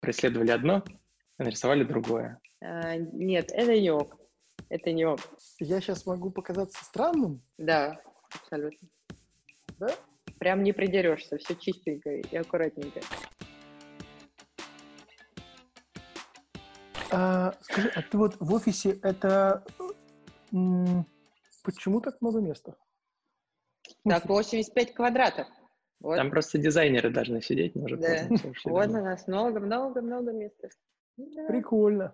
преследовали одно, а нарисовали другое. Нет, это не ок. Это не ок. Я сейчас могу показаться странным, Да, абсолютно. да? Прям не придерешься, все чистенько и аккуратненько. Скажи, а ты вот в офисе это... почему так много места? Так, 85 квадратов. Вот. Там просто дизайнеры должны сидеть, но уже Да. поздно, все ушли Вот домой. у нас много места. Да. Прикольно.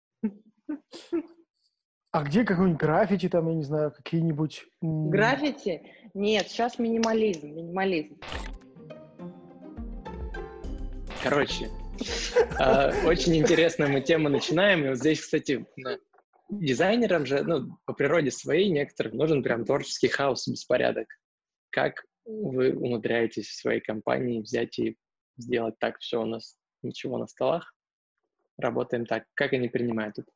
А где какой-нибудь граффити там, я не знаю, какие-нибудь... Граффити? Нет, сейчас минимализм. Короче, очень интересную мы тему начинаем. И вот здесь, кстати, дизайнерам же, по природе своей некоторым нужен прям творческий хаос и беспорядок. Как вы умудряетесь в своей компании взять и сделать так, все у нас, ничего на столах, работаем так? Как они принимают это?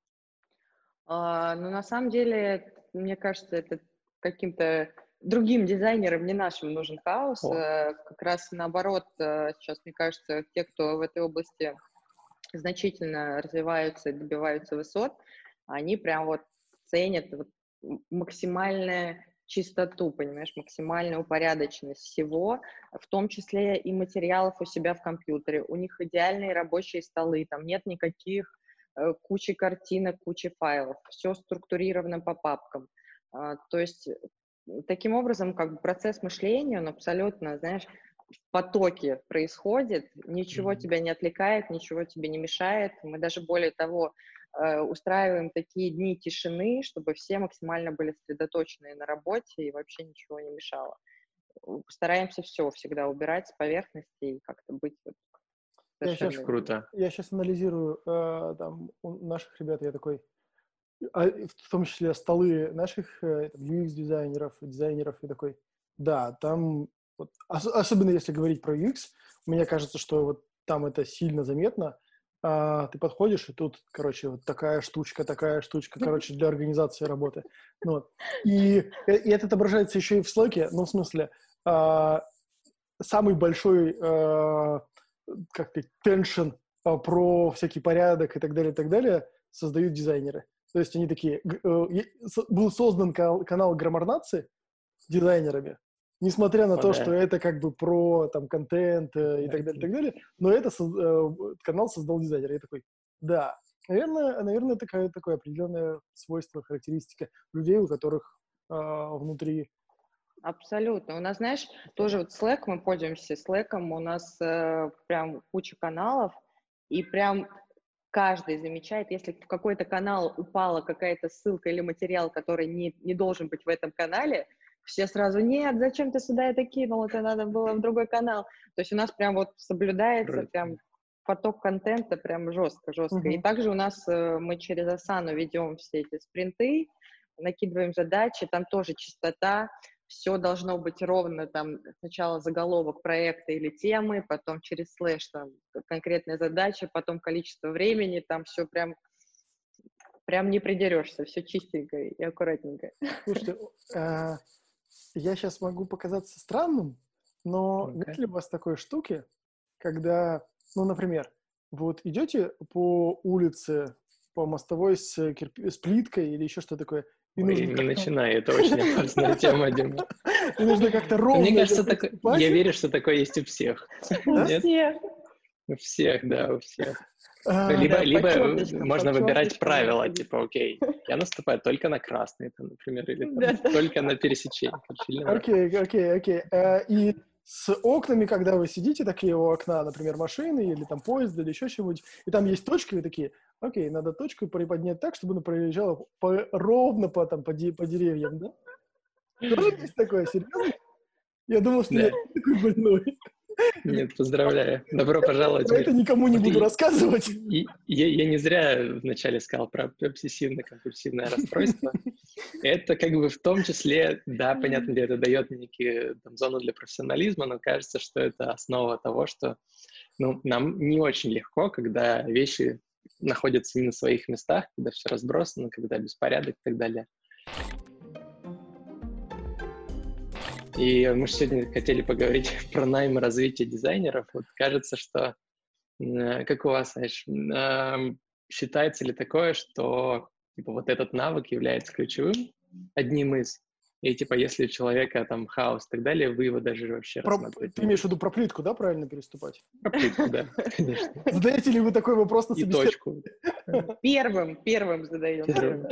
На самом деле, мне кажется, это каким-то другим дизайнерам, не нашим, нужен хаос. Как раз наоборот, сейчас, мне кажется, те, кто в этой области значительно развиваются и добиваются высот, они прям вот ценят вот максимальную чистоту, понимаешь, максимальную упорядоченность всего, в том числе и материалов у себя в компьютере. У них идеальные рабочие столы, там нет никаких кучи картинок, кучи файлов, все структурировано по папкам. То есть таким образом как бы процесс мышления, он абсолютно, знаешь, в потоке происходит, ничего тебя не отвлекает, ничего тебе не мешает. Мы даже более того устраиваем такие дни тишины, чтобы все максимально были сосредоточены на работе и вообще ничего не мешало. Стараемся все всегда убирать с поверхности и как-то быть вот совершенно... Круто. Я сейчас анализирую там у наших ребят, я такой, в том числе столы наших UX-дизайнеров, дизайнеров, и такой, да, там, вот, особенно если говорить про UX, мне кажется, что вот там это сильно заметно. Ты подходишь, и тут, короче, вот такая штучка, короче, для организации работы. Ну, вот. И это отображается еще и в Slack'е, ну, в смысле, самый большой, как сказать, tension про всякий порядок и так далее создают дизайнеры. То есть они такие... Был создан канал Граммар-нации дизайнерами, несмотря на то, что это как бы про там контент и так далее, но это канал создал дизайнер. Я такой, да, наверное, такое определенное свойство, характеристика людей, у которых внутри... Абсолютно. У нас, знаешь, тоже вот Slack, мы пользуемся Slack'ом, у нас прям куча каналов, и прям каждый замечает, если в какой-то канал упала какая-то ссылка или материал, который не должен быть в этом канале, все сразу, нет, зачем ты сюда это кинул, это надо было в другой канал. То есть у нас прям вот соблюдается прям поток контента прям жестко. И также у нас мы через Asana ведем все эти спринты, накидываем задачи, там тоже чистота, все должно быть ровно, там сначала заголовок проекта или темы, потом через слэш там конкретная задача, потом количество времени, там все прям не придерешься, все чистенько и аккуратненько. Слушайте, я сейчас могу показаться странным, но нет ли у вас такой штуки, когда, ну, например, вы вот идете по улице, по мостовой с плиткой или еще что-то такое, и не начинай, это очень опасная тема, Дима. И нужно как-то ровно... Мне кажется, я верю, что такое есть у всех. У всех. У всех, да, у всех. Либо можно выбирать правила, типа, окей, я наступаю только на красный, там, например, или только на пересечении. Окей. И с окнами, когда вы сидите такие у окна, например, машины или там поезда или еще чего-нибудь, и там есть точки, вы такие, окей, надо точку приподнять так, чтобы она проезжала ровно по деревьям, да? Тоже есть такое, серьезно? Я думал, что я такой больной. Нет, поздравляю. Добро пожаловать. Про это никому не буду рассказывать. Я не зря вначале сказал про обсессивно-компульсивное расстройство. Это как бы в том числе, да, понятно, где это дает некие зону для профессионализма, но кажется, что это основа того, что нам не очень легко, когда вещи находятся не на своих местах, когда все разбросано, когда беспорядок и так далее. И мы же сегодня хотели поговорить про найм и развитие дизайнеров. Вот кажется, что Как у вас, Саш, считается ли такое, что типа, вот этот навык является ключевым, одним из, и типа если у человека там хаос и так далее, вы его даже вообще рассматривать Ты не имеешь в будете? виду про плитку, да, правильно переступать? Про плитку, да, конечно. Задаете ли вы такой вопрос на И собеседовании? точку. Первым задаем. Первым.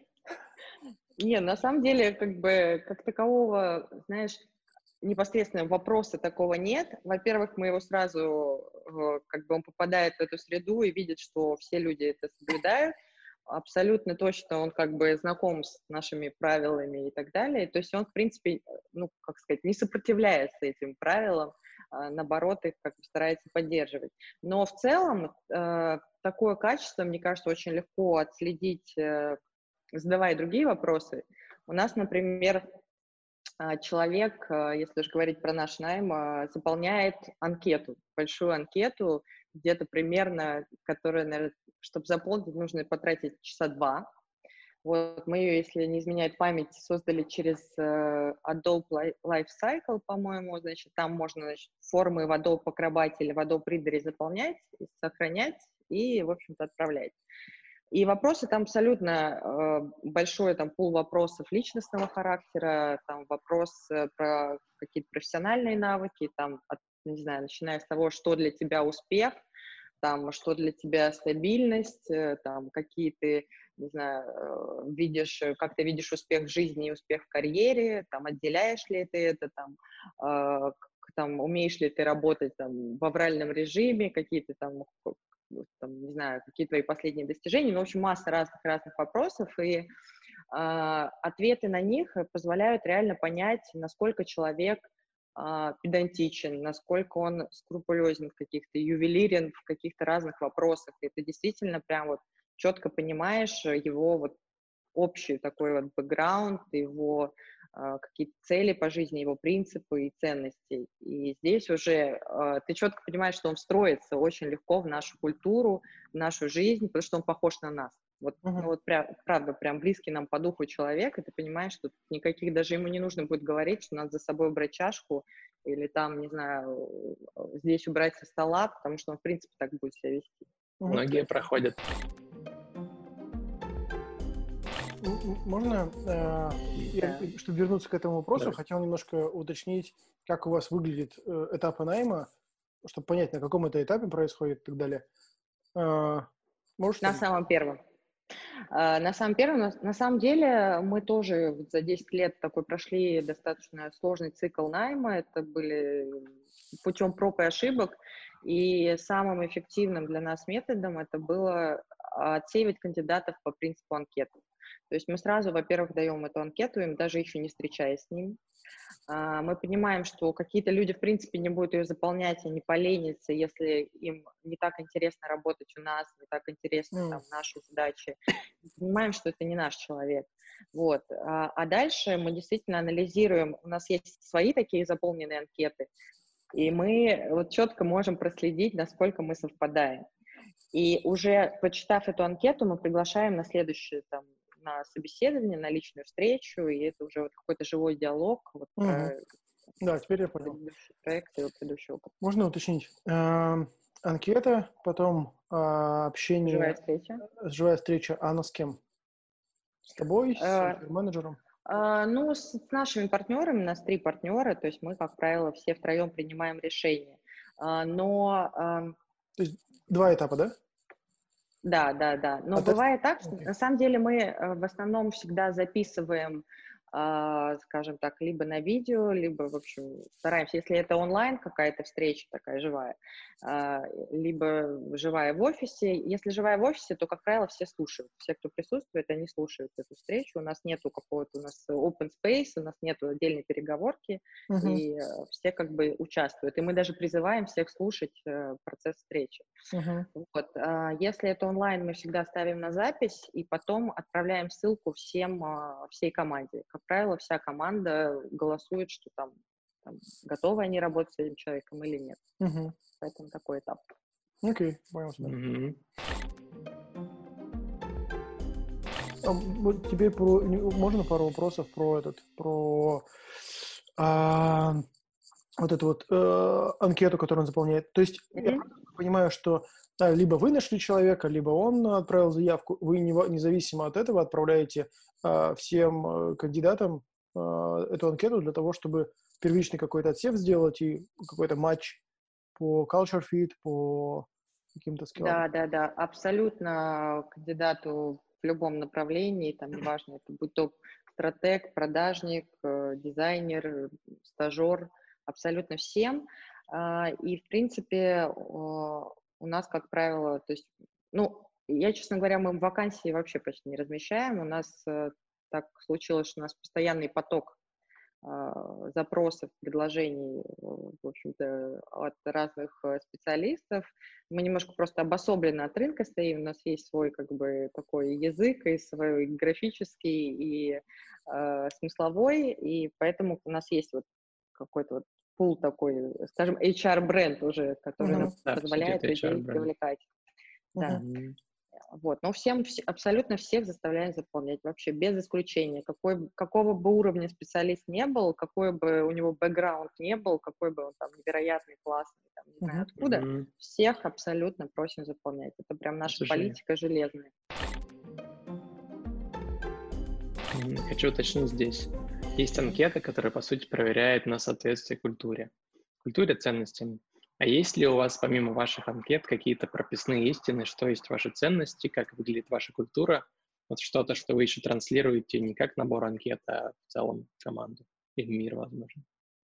Не, на самом деле, как такового, знаешь, непосредственно вопроса такого нет. Во-первых, мы его сразу, он попадает в эту среду и видит, что все люди это соблюдают. Абсолютно точно он знаком с нашими правилами и так далее. То есть он, в принципе, не сопротивляется этим правилам, наоборот, их старается поддерживать. Но в целом такое качество, мне кажется, очень легко отследить, задавая другие вопросы. У нас, например, человек, если уж говорить про наш найм, заполняет анкету, большую анкету, где-то примерно, которая, наверное, чтобы заполнить, нужно потратить часа 2. Вот, мы ее, если не изменяет память, создали через Adobe Lifecycle, по-моему, значит, там можно, формы в Adobe Acrobat или в Adobe Reader заполнять, сохранять и, в общем-то, отправлять. И вопросы там абсолютно большой пул вопросов личностного характера, там вопрос про какие-то профессиональные навыки, не знаю, начиная с того, что для тебя успех, там, что для тебя стабильность, там, какие ты, не знаю, видишь, как ты видишь успех в жизни и успех в карьере, там, отделяешь ли ты это, там, умеешь ли ты работать там в авральном режиме, какие-то там, не знаю, какие твои последние достижения, в общем, масса разных вопросов, и ответы на них позволяют реально понять, насколько человек педантичен, насколько он скрупулезен в каких-то, ювелирен в каких-то разных вопросах, и ты действительно прям вот четко понимаешь его вот общий такой вот бэкграунд, его какие-то цели по жизни, его принципы и ценности. И здесь уже ты четко понимаешь, что он встроится очень легко в нашу культуру, в нашу жизнь, потому что он похож на нас. Вот, правда, прям близкий нам по духу человек, и ты понимаешь, что никаких, даже ему не нужно будет говорить, что надо за собой убрать чашку или там, не знаю, здесь убрать со стола, потому что он, в принципе, так будет себя вести. Многие проходят. Можно, чтобы вернуться к этому вопросу, Давай. хотел немножко уточнить, как у вас выглядит этапы найма, чтобы понять, на каком это этапе происходит и так далее. На самом первом. На самом деле, мы тоже за 10 лет такой прошли достаточно сложный цикл найма. Это были путем проб и ошибок. И самым эффективным для нас методом это было отсеивать кандидатов по принципу анкеты. То есть мы сразу, во-первых, даем эту анкету, им даже еще не встречаясь с ним. Мы понимаем, что какие-то люди, в принципе, не будут ее заполнять и не поленятся, если им не так интересно работать у нас, не так интересны там наши задачи. Мы понимаем, что это не наш человек. Вот. А дальше мы действительно анализируем, у нас есть свои такие заполненные анкеты, и мы вот четко можем проследить, насколько мы совпадаем. И уже почитав эту анкету, мы приглашаем на следующее там, на собеседование, на личную встречу, и это уже вот какой-то живой диалог. Вот, да, теперь я понял. Проект и предыдущий опыт. Можно уточнить? Анкета, потом общение. Живая встреча. А она с кем? С тобой, с менеджером? С нашими партнерами, у нас 3 партнера, то есть мы, как правило, все втроем принимаем решение. То есть 2 этапа, да? Да. Но бывает так, что на самом деле мы в основном всегда записываем, скажем так, либо на видео, либо, в общем, стараемся, если это онлайн какая-то встреча такая живая, либо живая в офисе. Если живая в офисе, то, как правило, все слушают. Все, кто присутствует, они слушают эту встречу. У нас нету какого-то, у нас open space, у нас нету отдельной переговорки, и все как бы участвуют. И мы даже призываем всех слушать процесс встречи. Вот. Если это онлайн, мы всегда ставим на запись, и потом отправляем ссылку всей команде. Как правило, вся команда голосует, что там готовы они работать с этим человеком или нет. Поэтому такой этап. Окей, понял тебя. Теперь можно пару вопросов про вот эту вот анкету, которую он заполняет. То есть я понимаю, что либо вы нашли человека, либо он отправил заявку, вы независимо от этого отправляете всем кандидатам эту анкету для того, чтобы первичный какой-то отсев сделать и какой-то матч по culture fit, по каким-то скиллам. Да, абсолютно кандидату в любом направлении, там неважно, это будет то стратег, продажник, дизайнер, стажер, абсолютно всем. И, в принципе, у нас, как правило, то есть, ну, я, честно говоря, мы вакансии вообще почти не размещаем. У нас так случилось, что у нас постоянный поток запросов, предложений, в общем-то, от разных специалистов. Мы немножко просто обособленно от рынка стоим, у нас есть свой, как бы, такой язык, и свой графический, и смысловой, и поэтому у нас есть вот какой-то вот пул такой, скажем, HR-бренд уже, который нам позволяет людей привлекать. Да. Вот. Но абсолютно всех заставляем заполнять, вообще без исключения. Какого бы уровня специалист не был, какой бы у него бэкграунд не был, какой бы он там невероятный, классный, там, не знаю откуда, всех абсолютно просим заполнять. Это прям наша политика железная. Хочу уточнить здесь. Есть анкета, которая, по сути, проверяет на соответствие культуре, ценностям. А есть ли у вас, помимо ваших анкет, какие-то прописные истины, что есть ваши ценности, как выглядит ваша культура? Вот что-то, что вы еще транслируете не как набор анкет, а в целом в команду и в мир, возможно.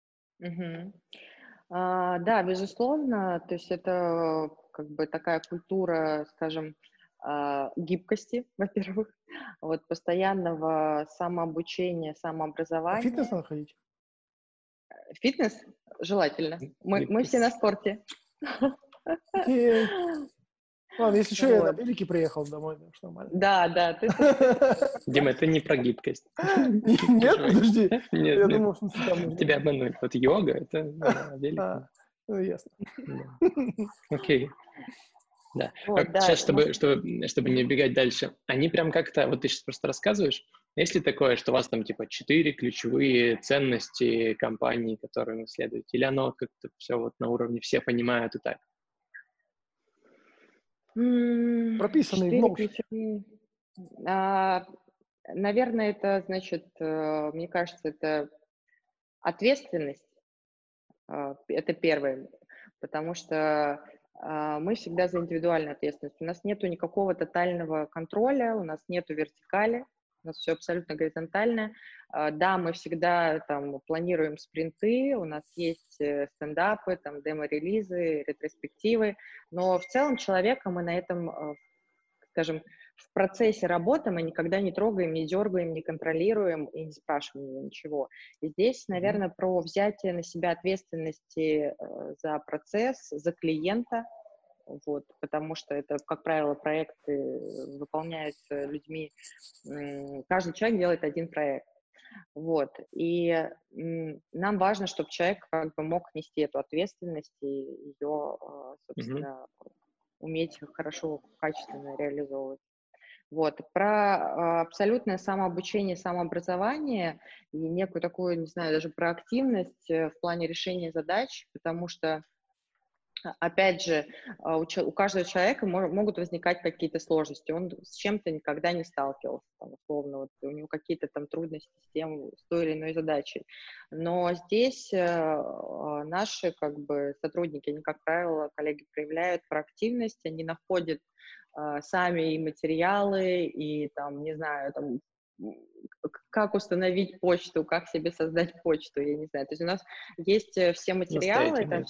Да, безусловно. То есть это как бы такая культура, скажем, гибкости, во-первых, вот постоянного самообучения, самообразования. Фитнес надо ходить? Фитнес? Желательно. Мы все на спорте. Окей. Ладно, если что, я на велике приехал домой, так что нормально. Да. Дима, это не про гибкость. Нет, подожди. Нет, я думал, что там... Тебя обманули. Вот йога, это велик. Ну, ясно. Окей. Да. Сейчас, чтобы не убегать дальше, они прям как-то, вот ты сейчас просто рассказываешь, есть ли такое, что у вас там типа 4 ключевые ценности компании, которые вы следуете, или оно как-то все вот на уровне все понимают и так? Прописанные в Notion. Наверное, это, значит, мне кажется, это ответственность, это первое, потому что мы всегда за индивидуальную ответственность. У нас нету никакого тотального контроля, у нас нету вертикали, у нас все абсолютно горизонтально. Да, мы всегда там планируем спринты, у нас есть стендапы, там демо-релизы, ретроспективы, но в целом человека мы на этом, скажем, в процессе работы мы никогда не трогаем, не дергаем, не контролируем и не спрашиваем ничего. И здесь, наверное, про взятие на себя ответственности за процесс, за клиента, вот, потому что это, как правило, проекты выполняются людьми, каждый человек делает один проект. Вот, и нам важно, чтобы человек как бы мог нести эту ответственность и ее, собственно, уметь хорошо, качественно реализовывать. Вот, про абсолютное самообучение, самообразование и некую такую, не знаю, даже проактивность в плане решения задач, потому что, опять же, у каждого человека могут возникать какие-то сложности, он с чем-то никогда не сталкивался, там, условно, вот, у него какие-то там трудности с той или иной задачей. Но здесь наши как бы сотрудники, они, как правило, коллеги проявляют проактивность, они находят сами и материалы, и там, не знаю, там, как установить почту, как себе создать почту, я не знаю. То есть у нас есть все материалы, там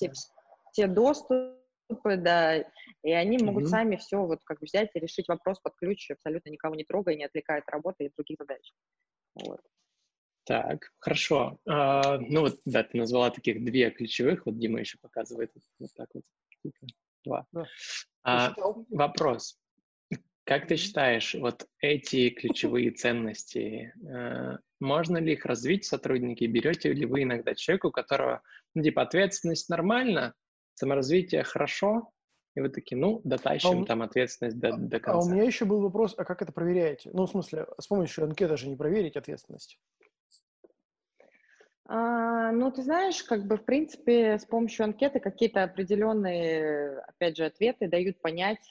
все доступы, да, и они могут сами все вот как бы взять и решить вопрос под ключ, абсолютно никого не трогая, не отвлекая от работы и других задач. Вот. Так, хорошо. Ну вот, да, ты назвала таких 2 ключевых, вот Дима еще показывает вот так вот. 2. Да. Вопрос. Как ты считаешь, вот эти ключевые ценности, можно ли их развить в сотруднике? Берете ли вы иногда человека, у которого, ну, типа, ответственность нормально, саморазвитие хорошо, и вы такие, ну, дотащим там ответственность до конца. А у меня еще был вопрос, а как это проверяете? Ну, в смысле, с помощью анкеты же не проверить ответственность. Ну, ты знаешь, как бы, в принципе, с помощью анкеты какие-то определенные, опять же, ответы дают понять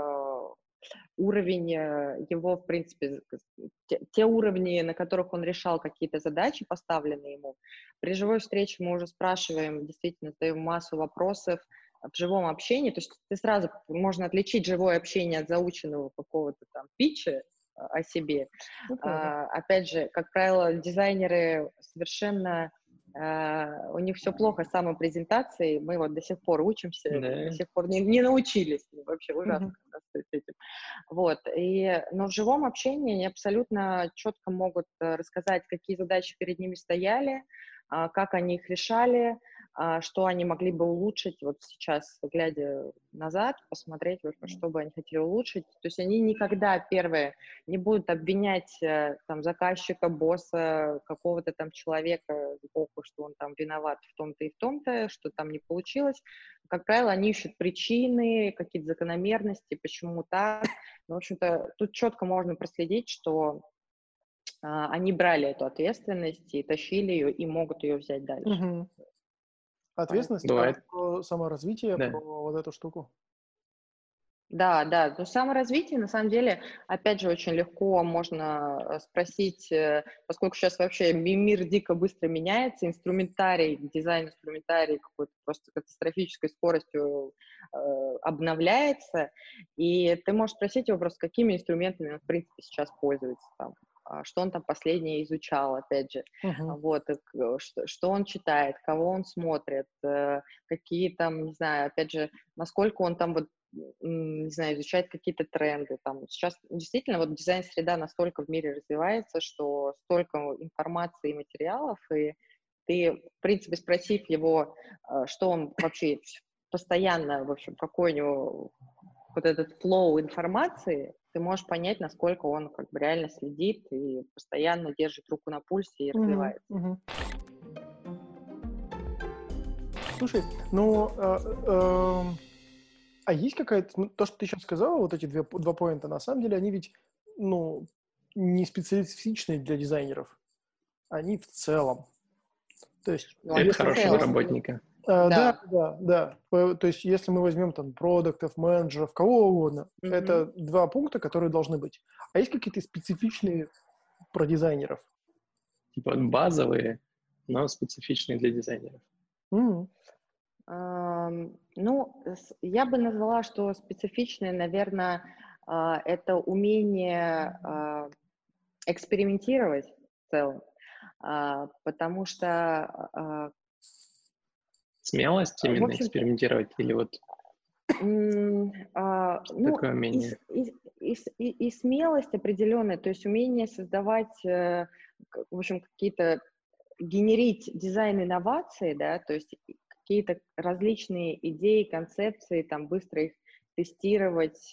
уровень его, в принципе, те уровни, на которых он решал какие-то задачи, поставленные ему. При живой встрече мы уже спрашиваем, действительно, задаем массу вопросов в живом общении. То есть ты сразу можно отличить живое общение от заученного какого-то там питча о себе. Опять же, как правило, дизайнеры совершенно у них все плохо с самопрезентацией, мы вот до сих пор учимся, до Да. сих пор не научились, вообще ужасно с этим. Вот, но в живом общении они абсолютно четко могут рассказать, какие задачи перед ними стояли, как они их решали, что они могли бы улучшить, вот сейчас, глядя назад, посмотреть, что бы они хотели улучшить. То есть они никогда, первое, не будут обвинять там заказчика, босса, какого-то там человека, что он там виноват в том-то и в том-то, что там не получилось. Как правило, они ищут причины, какие-то закономерности, почему так. Ну, в общем-то, тут четко можно проследить, что они брали эту ответственность и тащили ее, и могут ее взять дальше. Ответственность про саморазвитие, Да. про вот эту штуку. Да, но саморазвитие, на самом деле, опять же, очень легко можно спросить, поскольку сейчас вообще мир дико быстро меняется, дизайн-инструментарий какой-то просто катастрофической скоростью обновляется, и ты можешь спросить его просто, какими инструментами он, в принципе, сейчас пользуется, там, что он там последнее изучал, опять же, вот, что он читает, кого он смотрит, какие там, не знаю, опять же, насколько он там вот, не знаю, изучать какие-то тренды. Там сейчас действительно вот дизайн-среда настолько в мире развивается, что столько информации и материалов, и ты, в принципе, спросив его, что он вообще постоянно, в общем, какой у него вот этот флоу информации, ты можешь понять, насколько он как бы реально следит и постоянно держит руку на пульсе и развивается. Слушай, а есть какая-то, то, что ты сейчас сказала, вот эти два поинта, на самом деле, они ведь, не специфичные для дизайнеров, они в целом. То есть, Это хорошего работника. Да. То есть, если мы возьмем там продуктов, менеджеров, кого угодно, это два пункта, которые должны быть. А есть какие-то специфичные про дизайнеров? Типа базовые, но специфичные для дизайнеров. Я бы назвала, что специфичное, наверное, это умение экспериментировать в целом, потому что... Смелость именно экспериментировать или вот такое умение? И смелость определенная, то есть умение создавать, в общем, какие-то, генерить дизайн-инновации, да, то есть какие-то различные идеи, концепции, там, быстро их тестировать,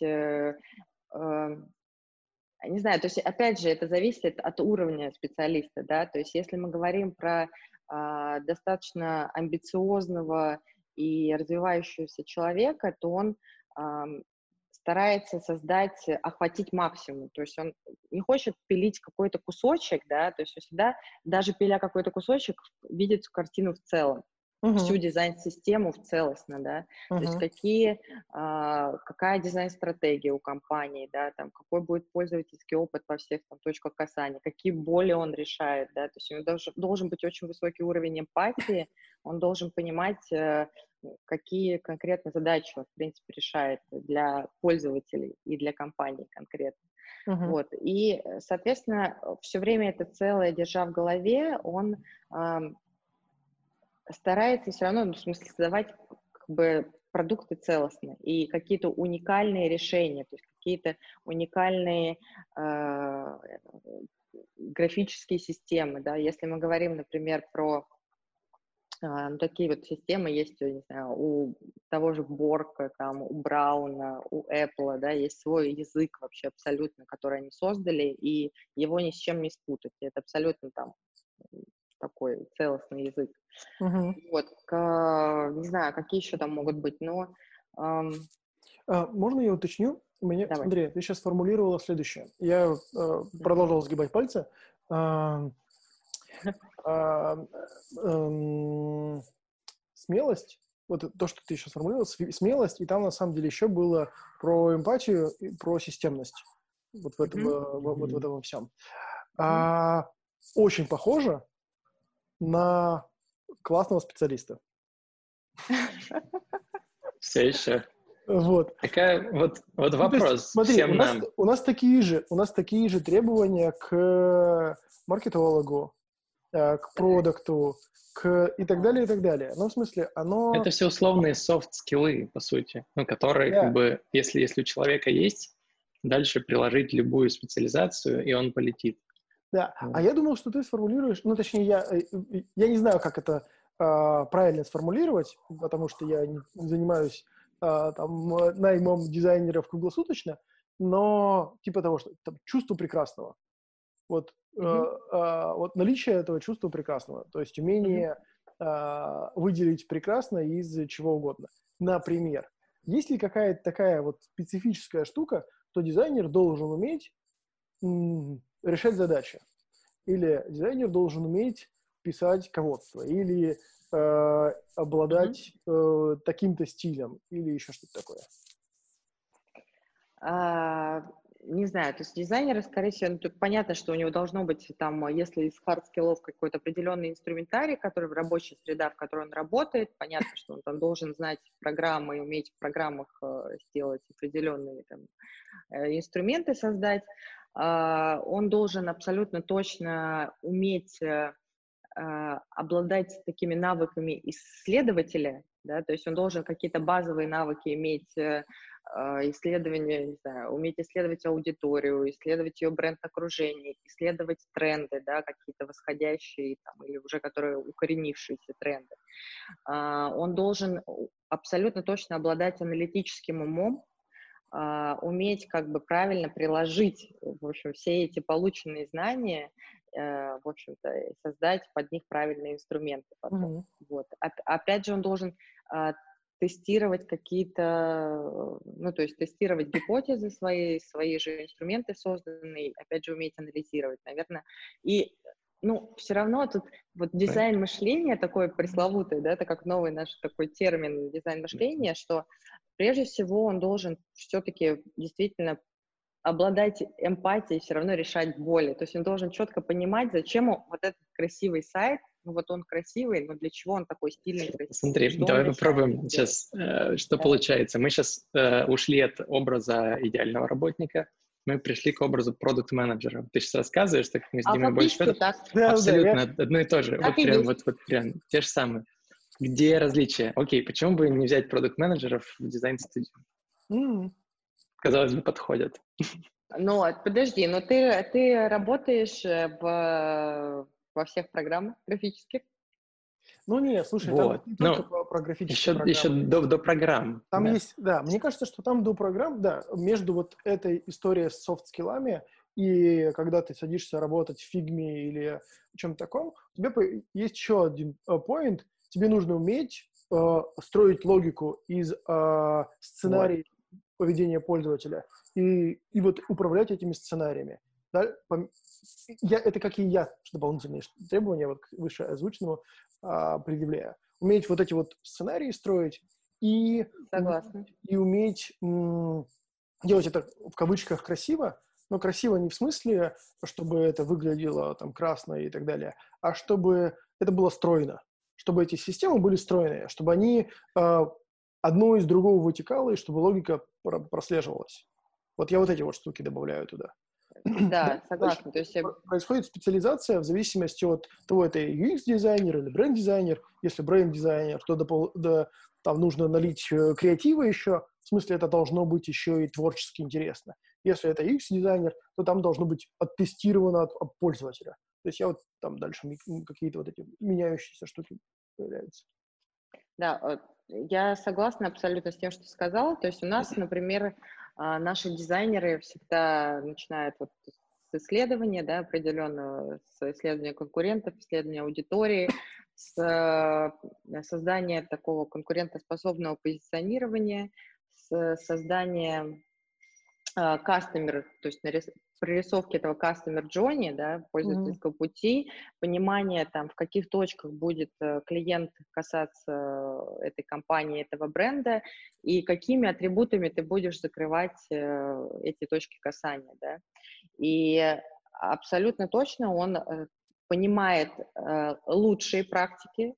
не знаю, то есть, опять же, это зависит от уровня специалиста, да, то есть если мы говорим про достаточно амбициозного и развивающегося человека, то он старается охватить максимум, то есть он не хочет пилить какой-то кусочек, да, то есть он всегда, даже пиля какой-то кусочек, видит картину в целом, всю дизайн-систему в целостно, да, то есть какая дизайн-стратегия у компании, да, там, какой будет пользовательский опыт во всех там точках касания, какие боли он решает, да, то есть у него должен быть очень высокий уровень эмпатии, он должен понимать, какие конкретно задачи он, в принципе, решает для пользователей и для компании конкретно. Вот, и, соответственно, все время это целое держа в голове, он старается все равно, в смысле, создавать как бы продукты целостные и какие-то уникальные решения, то есть какие-то уникальные графические системы, да, если мы говорим, например, про такие вот системы есть, не знаю, у того же Борка, там, у Брауна, у Apple, да, есть свой язык вообще абсолютно, который они создали, и его ни с чем не спутать, это абсолютно там такой целостный язык. Вот, не знаю, какие еще там могут быть, но... Можно я уточню? Смотри, ты сейчас формулировала следующее. Я продолжал сгибать пальцы. смелость, вот то, что ты еще сформулировал, смелость, и там на самом деле еще было про эмпатию и про системность. Вот в этом, вот в этом во всем. Очень похоже на классного специалиста. Все еще. Вот. Такая вот вопрос смотри, всем нам. У нас такие же требования к маркетологу, к продукту, и так далее, и так далее. Ну, в смысле, Это все условные софт-скиллы, по сути, ну, которые, Да. как бы, если у человека есть, дальше приложить любую специализацию, и он полетит. Да. А я думал, что ты сформулируешь, ну, точнее, я не знаю, как это правильно сформулировать, потому что я не занимаюсь там наймом дизайнеров круглосуточно, но типа того, что там, чувство прекрасного. Вот, вот наличие этого чувства прекрасного, то есть умение выделить прекрасное из чего угодно. Например, есть ли какая-то такая вот специфическая штука, что дизайнер должен уметь решать задачи, или дизайнер должен уметь писать ководство, или обладать таким-то стилем, или еще что-то такое? Не знаю, то есть дизайнеры, скорее всего, тут понятно, что у него должно быть там, если из хард-скиллов какой-то определенный инструментарий, который в рабочей среде, в которой он работает, понятно, что он там должен знать программы и уметь в программах сделать определенные там, инструменты создать. Он должен абсолютно точно уметь обладать такими навыками исследователя, да, то есть он должен какие-то базовые навыки иметь, исследования, не знаю, уметь исследовать аудиторию, исследовать ее бренд-окружение, исследовать тренды, да, какие-то восходящие там, или уже которые укоренившиеся тренды. Он должен абсолютно точно обладать аналитическим умом, уметь как бы правильно приложить, в общем, все эти полученные знания, в общем-то, создать под них правильные инструменты потом. Вот. Опять же, он должен тестировать какие-то, ну, то есть тестировать гипотезы свои же инструменты созданные, опять же, уметь анализировать, наверное. И, ну, все равно тут вот дизайн мышления такой пресловутый, да, это как новый наш такой термин дизайн мышления, что прежде всего он должен все-таки действительно обладать эмпатией, все равно решать боли. То есть он должен четко понимать, зачем вот этот красивый сайт, ну вот он красивый, но для чего он такой стильный, красивый? Смотри, давай попробуем сейчас, что получается. Мы сейчас ушли от образа идеального работника, мы пришли к образу продукт-менеджера. Ты сейчас рассказываешь, так как мы с Димой больше абсолютно одно и то же. Вот прям, вот прям те же самые. Где различия? Окей, почему бы не взять продукт-менеджеров в дизайн-студию? Казалось бы, подходят. Ну, подожди, но ты работаешь во всех программах графических? Ну, нет, слушай, вот. там не только про графические программы. Еще до программ. Там есть, да, мне кажется, что там до программ, да, между вот этой историей с софт-скиллами и когда ты садишься работать в фигме или в чем-то таком, у тебя есть еще один point, тебе нужно уметь строить логику из сценариев поведения пользователя и вот управлять этими сценариями. Да? Это какие я дополнительные требования вот к вышеозвученному предъявляю. Уметь вот эти вот сценарии строить и уметь делать это в кавычках красиво, но красиво не в смысле, чтобы это выглядело там красно и так далее, а чтобы это было стройно, чтобы эти системы были стройные, чтобы они одно из другого вытекало, и чтобы логика прослеживалась. Вот я вот эти вот штуки добавляю туда. Да, согласна. То есть происходит специализация в зависимости от того, это UX-дизайнер или бренд-дизайнер. Если бренд-дизайнер, то там нужно налить креатива еще. В смысле, это должно быть еще и творчески интересно. Если это UX-дизайнер, то там должно быть оттестировано от пользователя. То есть я вот там дальше какие-то вот эти меняющиеся штуки появляются. Да, я согласна абсолютно с тем, что ты сказал. То есть у нас, например, наши дизайнеры всегда начинают вот с исследования, да, определенного, с исследования конкурентов, исследования аудитории, с создания такого конкурентоспособного позиционирования, с создания customer, то есть прорисовки этого customer journey, да, пользовательского пути, понимание там, в каких точках будет клиент касаться этой компании, этого бренда, и какими атрибутами ты будешь закрывать эти точки касания, да. И абсолютно точно он понимает лучшие практики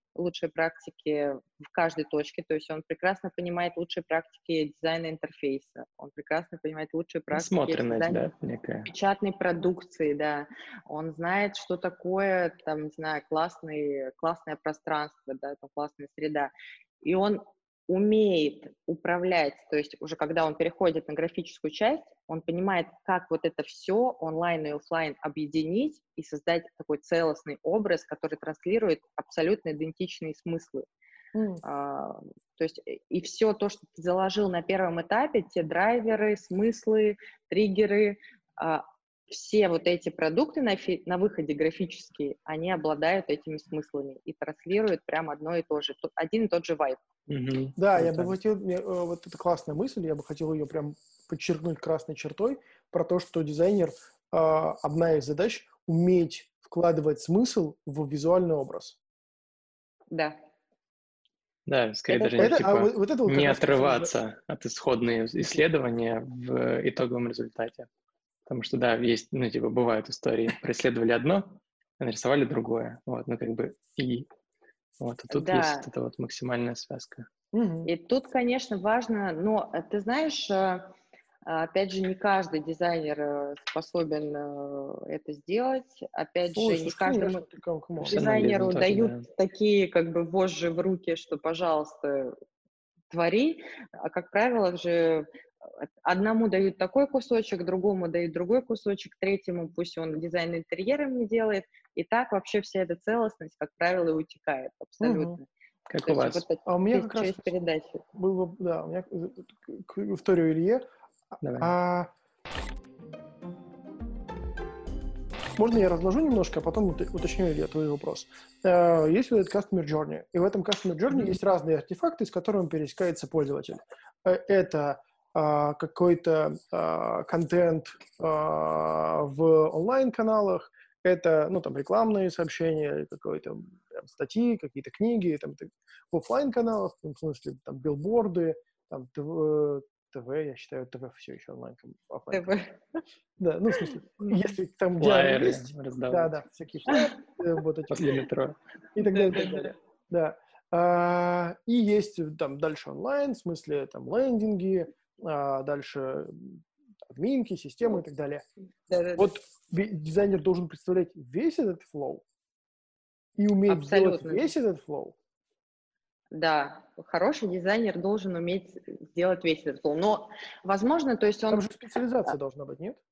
в каждой точке, то есть он прекрасно понимает лучшие практики дизайна интерфейса, он прекрасно понимает лучшие практики Насмотренность, создания да, некая. печатной продукции, да, он знает, что такое, там, не знаю, классное пространство, да, там, классная среда, и он умеет управлять, то есть уже когда он переходит на графическую часть, он понимает, как вот это все онлайн и офлайн объединить и создать такой целостный образ, который транслирует абсолютно идентичные смыслы. То есть и все то, что ты заложил на первом этапе, те драйверы, смыслы, триггеры, все вот эти продукты на выходе графические, они обладают этими смыслами и транслируют прям одно и то же, один и тот же вайб. Да, я бы хотел, вот это классная мысль, я бы хотел ее прям подчеркнуть красной чертой, про то, что дизайнер, одна из задач, уметь вкладывать смысл в визуальный образ. Да. Да, скорее даже вот не отрываться от исходного исследования в итоговом результате. Потому что, да, есть, ну, типа, бывают истории, преследовали одно, а нарисовали другое. Вот, ну, как бы, и вот, и тут есть вот эта вот максимальная связка. И тут, конечно, важно, но ты знаешь, опять же, не каждый дизайнер способен это сделать. Опять же, не каждому дизайнеру дают такие, как бы, вожжи в руки, что, пожалуйста, твори. А, как правило, же одному дают такой кусочек, другому дают другой кусочек, третьему пусть он дизайн интерьера не делает. И так вообще вся эта целостность, как правило, и утекает абсолютно. Как у вас? Вот у меня как раз передачи. Было, да, у меня к Викторию Илье. Можно я разложу немножко, а потом уточню, Илья, твой вопрос. Есть вот этот Customer Journey, и в этом Customer Journey есть разные артефакты, с которыми пересекается пользователь. Это какой-то контент в онлайн-каналах, это, ну, там, рекламные сообщения, какие-то статьи, какие-то книги, там, в офлайн-каналах, в смысле, там, билборды, там, ТВ, я считаю, ТВ все еще онлайн. Да, ну, в смысле, если там флайеры есть, раздавать. да, всякие флайеры, вот эти после метро. И так далее, и так далее. Да. И есть там дальше онлайн, в смысле, там, лендинги, дальше админки, системы и так далее. Вот дизайнер должен представлять весь этот флоу и уметь сделать весь этот флоу. Да, хороший дизайнер должен уметь сделать весь этот флоу. Но, возможно, то есть он... Там же специализация должна быть, нет?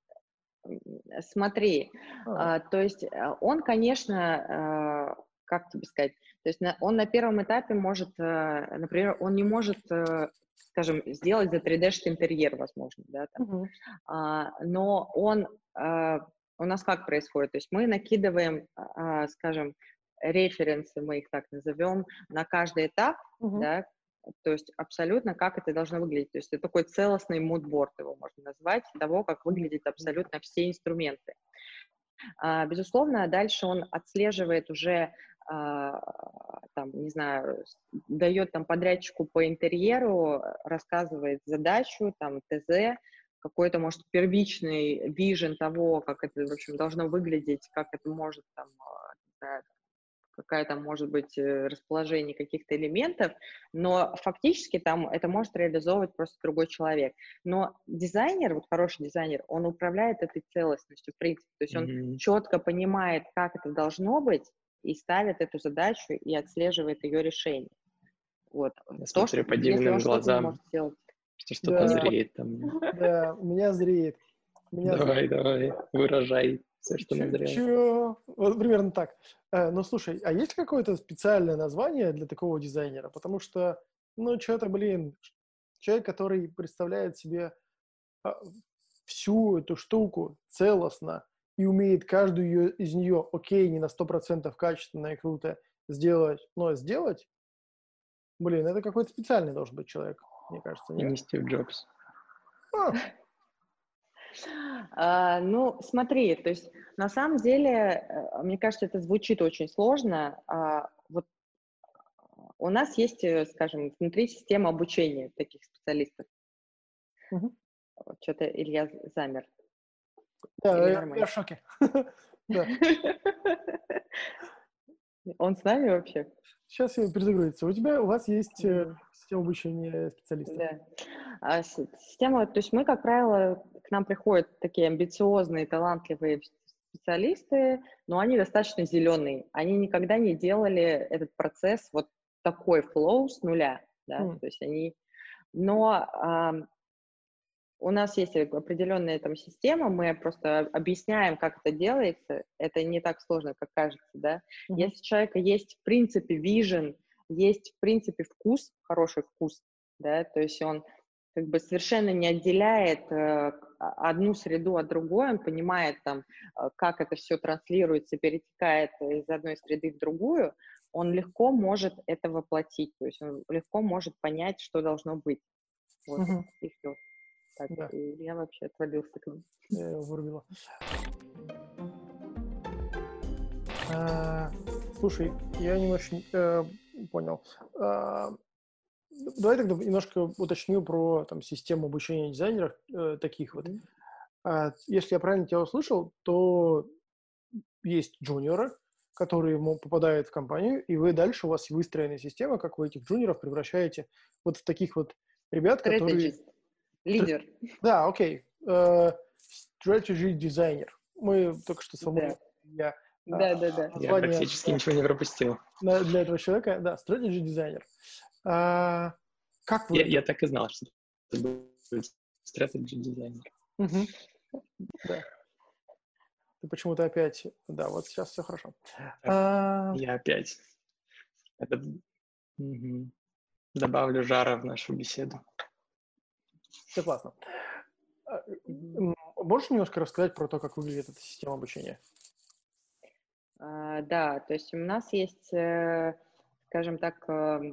Смотри, то есть он, конечно, как тебе сказать, то есть он на первом этапе может, например, он не может, скажем, сделать за 3D-шный интерьер, возможно, да, там. Но он, у нас как происходит, то есть мы накидываем, скажем, референсы, мы их так назовем, на каждый этап, да, то есть абсолютно как это должно выглядеть. То есть это такой целостный мудборд, его можно назвать, того, как выглядят абсолютно все инструменты. Безусловно, дальше он отслеживает уже, там, не знаю, дает там подрядчику по интерьеру, рассказывает задачу, там, ТЗ, какой-то, может, первичный вижен того, как это, в общем, должно выглядеть, как это может, там, какая там может быть расположение каких-то элементов, но фактически там это может реализовывать просто другой человек. Но дизайнер, вот хороший дизайнер, он управляет этой целостностью, в принципе, то есть он четко понимает, как это должно быть, и ставит эту задачу и отслеживает ее решение. Вот. Я смотрю по Диминым глазам, что что-то зреет там. Да, у меня зреет. Давай, выражай все, что назрело. Вот примерно так. Ну, слушай, а есть какое-то специальное название для такого дизайнера? Потому что, ну, что-то, человек, который представляет себе всю эту штуку целостно и умеет каждую из нее, окей, не на 100% качественно и круто сделать, но сделать, это какой-то специальный должен быть человек, мне кажется. И не Стив Джобс. Ну, смотри, то есть на самом деле, мне кажется, это звучит очень сложно. Вот у нас есть, скажем, внутри системы обучения таких специалистов. Мгм. Что-то Илья замер. Да, Или я нормально? в шоке. Да. Он с нами вообще? Сейчас все перезагрузится. У вас есть Мгм. система обучения специалистов. Да. Система, то есть мы, как правило, к нам приходят такие амбициозные, талантливые специалисты, но они достаточно зеленые. Они никогда не делали этот процесс вот такой флоу с нуля, да, М, то есть они... Но у нас есть определенная там система, мы просто объясняем, как это делается. Это не так сложно, как кажется, да. мгм, Если у человека есть, в принципе, vision, есть, в принципе, вкус, хороший вкус, да, то есть он как бы совершенно не отделяет одну среду от другой, он понимает там, как это все транслируется, перетекает из одной среды в другую, он легко может это воплотить, то есть он легко может понять, что должно быть. Вот, мгм. и все. Так, Да, я вообще отвалился к ним. я его вырубила. А, Слушай, я не очень понял. А, Давай тогда немножко уточню про там, систему обучения дизайнеров таких вот. Мгм. Если я правильно тебя услышал, то есть джуниоры, которые попадают в компанию, и вы дальше, у вас выстроенная система, как вы этих джуниоров превращаете вот в таких вот ребят, которые... Strategist, лидер, Да, окей. Strategy дизайнер. Мы только что да, сформулировали я, да. Я название практически ничего не пропустил. для этого человека. Да, strategy дизайнер. Как вы это... Я так и знал, что это будет strategy дизайнер. Мгм, да. Ты почему-то опять... Да, вот сейчас все хорошо. Так, А, я опять мгм, добавлю жара в нашу беседу. Все классно. А, Мгм. Можешь немножко рассказать про то, как выглядит эта система обучения? Да, то есть у нас есть, скажем так,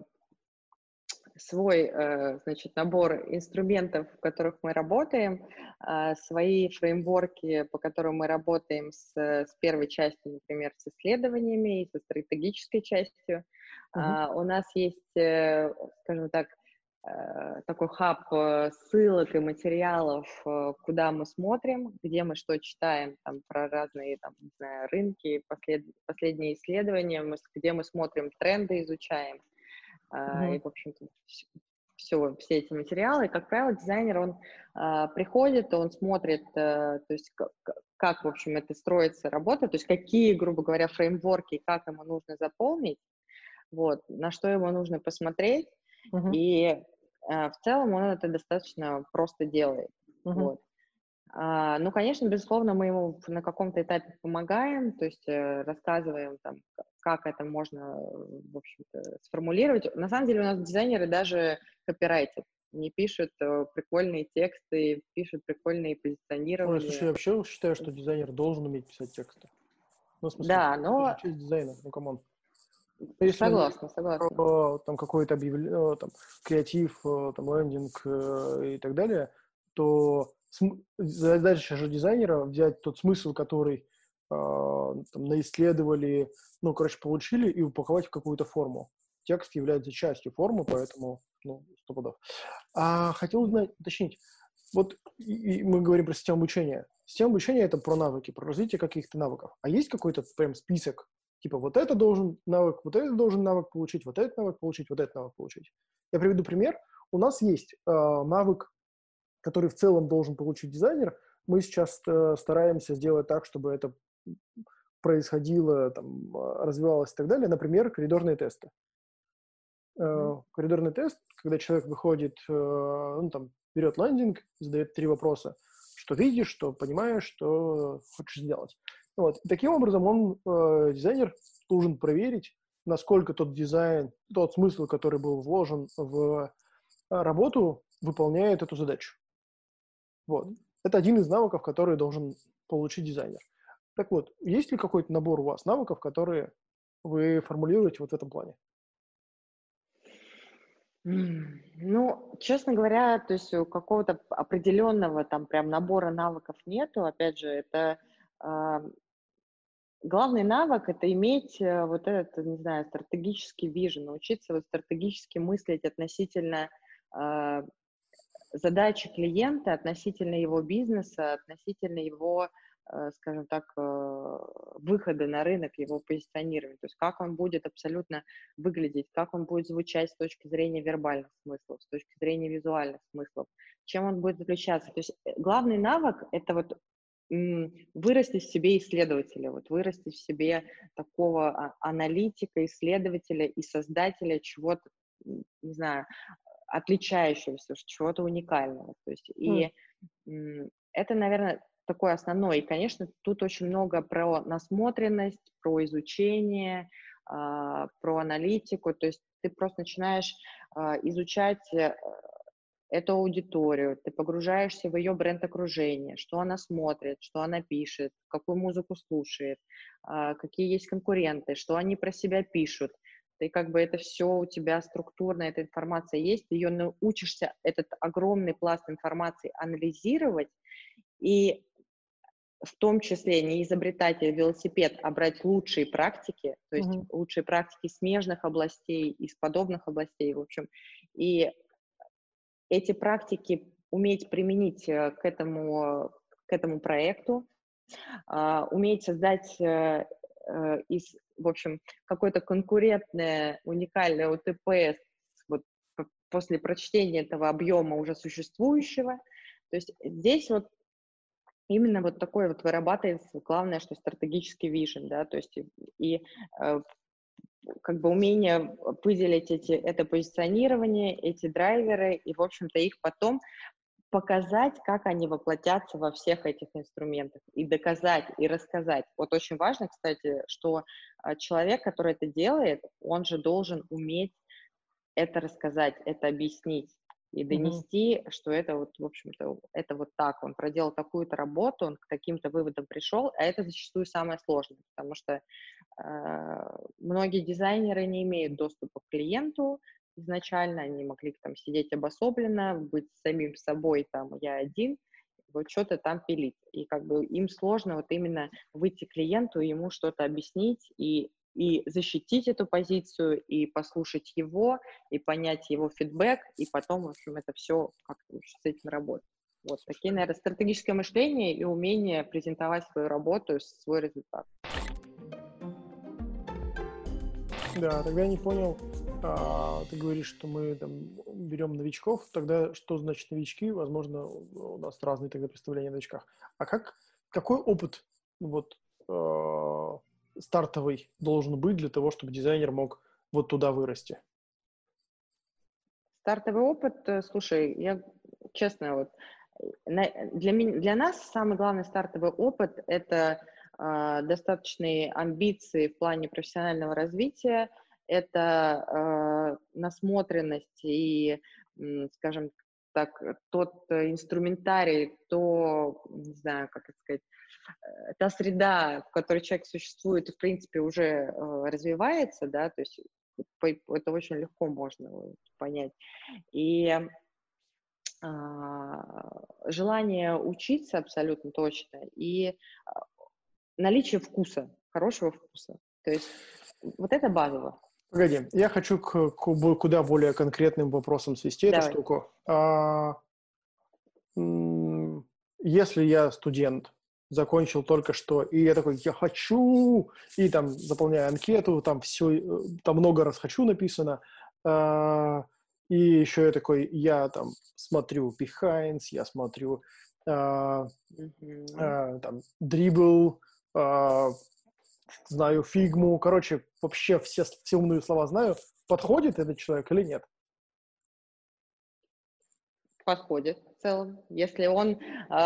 свой, значит, набор инструментов, в которых мы работаем, свои фреймворки, по которым мы работаем с первой частью, например, с исследованиями и со стратегической частью. Мгм, У нас есть, скажем так, такой хаб ссылок и материалов, куда мы смотрим, где мы что читаем, там, про разные, там, не знаю, рынки, последние исследования, где мы смотрим тренды, изучаем. И, мгм, в общем-то, все эти материалы. И, как правило, дизайнер, он приходит, он смотрит, то есть как, в общем, это строится работа, то есть какие, грубо говоря, фреймворки, как ему нужно заполнить, вот, на что ему нужно посмотреть, мгм, и в целом он это достаточно просто делает, мгм. вот. Ну, конечно, безусловно, мы ему на каком-то этапе помогаем, то есть рассказываем, там, как это можно, в общем-то, сформулировать. На самом деле у нас дизайнеры даже копирайтят, не пишут прикольные тексты, пишут прикольные Ой, слушай, я позиционирования. вообще считаю, что дизайнер должен уметь писать тексты. Ну, в смысле, Да, это же но часть дизайна, ну, камон. Но если мы говорим согласна. про там какое-то объявление, там, креатив, там, лендинг и так далее, то задача же дизайнера взять тот смысл, который там, наисследовали, ну, короче, получили, и упаковать в какую-то форму. Текст является частью формы, поэтому, ну, 100 пудов. Хотел узнать, уточнить, вот и мы говорим про систему обучения. Система обучения – это про навыки, про развитие каких-то навыков. А есть какой-то прям список, типа вот это должен навык, вот это должен навык получить, вот этот навык получить, вот этот навык получить. Я приведу пример. У нас есть навык, который в целом должен получить дизайнер. Мы сейчас стараемся сделать так, чтобы это происходило, там, развивалось и так далее. Например, коридорные тесты. Мгм. Коридорный тест, когда человек выходит, ну, там, берет лендинг, задает 3 вопроса. Что видишь, что понимаешь, что хочешь сделать. Вот. И таким образом дизайнер, должен проверить, насколько тот дизайн, тот смысл, который был вложен в работу, выполняет эту задачу. Вот. Мгм. Это один из навыков, который должен получить дизайнер. Так вот, есть ли какой-то набор у вас навыков, которые вы формулируете вот в этом плане? Ну, честно говоря, то есть у какого-то определенного там прям набора навыков нету. Опять же, это а, главный навык — это иметь вот этот, не знаю, стратегический вижен, научиться вот стратегически мыслить относительно а, задачи клиента, относительно его бизнеса, относительно его, скажем так, выхода на рынок, его позиционирования. То есть как он будет абсолютно выглядеть, как он будет звучать с точки зрения вербальных смыслов, с точки зрения визуальных смыслов, чем он будет заключаться. То есть главный навык — это вот вырастить в себе исследователя, вот вырастить в себе такого аналитика, исследователя и создателя чего-то, не знаю, отличающегося, чего-то уникального. То есть, и это, наверное, такое основное. И, конечно, тут очень много про насмотренность, про изучение, про аналитику. То есть ты просто начинаешь изучать эту аудиторию, ты погружаешься в ее бренд-окружение, что она смотрит, что она пишет, какую музыку слушает, какие есть конкуренты, что они про себя пишут. Ты как бы это все у тебя структурно, эта информация есть, ты ее научишься, этот огромный пласт информации анализировать и в том числе не изобретать велосипед, а брать лучшие практики, то есть лучшие практики смежных областей, из подобных областей, в общем, и эти практики уметь применить к этому проекту, уметь создать в общем, какое-то конкурентное, уникальное ОТП вот после прочтения этого объема уже существующего. То есть здесь вот именно вот такой вот вырабатывается, главное, что стратегический вижен, да, то есть и как бы умение выделить это позиционирование, эти драйверы, и, в общем-то, их потом показать, как они воплотятся во всех этих инструментах, и доказать, и рассказать. Вот очень важно, кстати, что человек, который это делает, он же должен уметь это рассказать, это объяснить и донести, что это вот, в общем-то, это вот так. Он проделал такую-то работу, он к таким-то выводам пришел, а это зачастую самое сложное, потому что многие дизайнеры не имеют доступа к клиенту изначально, они могли там сидеть обособленно, быть самим собой, там, я один, вот что-то там пилить. И как бы им сложно вот именно выйти к клиенту, ему что-то объяснить и защитить эту позицию, и послушать его, и понять его фидбэк, и потом, в общем, это все как-то с этим работать. Вот такие, наверное, стратегическое мышление и умение презентовать свою работу, свой результат. Да, тогда я не понял. Ты говоришь, что мы там берем новичков, тогда что значит новички? Возможно, у нас разные тогда представления о новичках. А какой опыт вот стартовый должен быть для того, чтобы дизайнер мог вот туда вырасти? Стартовый опыт, слушай, я честно, вот для нас самый главный стартовый опыт — это достаточные амбиции в плане профессионального развития, это насмотренность и, скажем так, тот инструментарий, не знаю, как это сказать, та среда, в которой человек существует и, в принципе, уже развивается, да, то есть это очень легко можно понять. И желание учиться абсолютно точно, и наличие вкуса, хорошего вкуса. То есть вот это базово. Погоди, я хочу к куда более конкретным вопросам свести эту штуку. Если я студент, закончил только что, и я такой, я хочу, и там заполняю анкету, там все, там много раз хочу написано, и еще я такой, я там смотрю Behance, я смотрю там Dribble, знаю Figma, короче, вообще все умные слова знаю. Подходит этот человек или нет? Подходит в целом. Если он,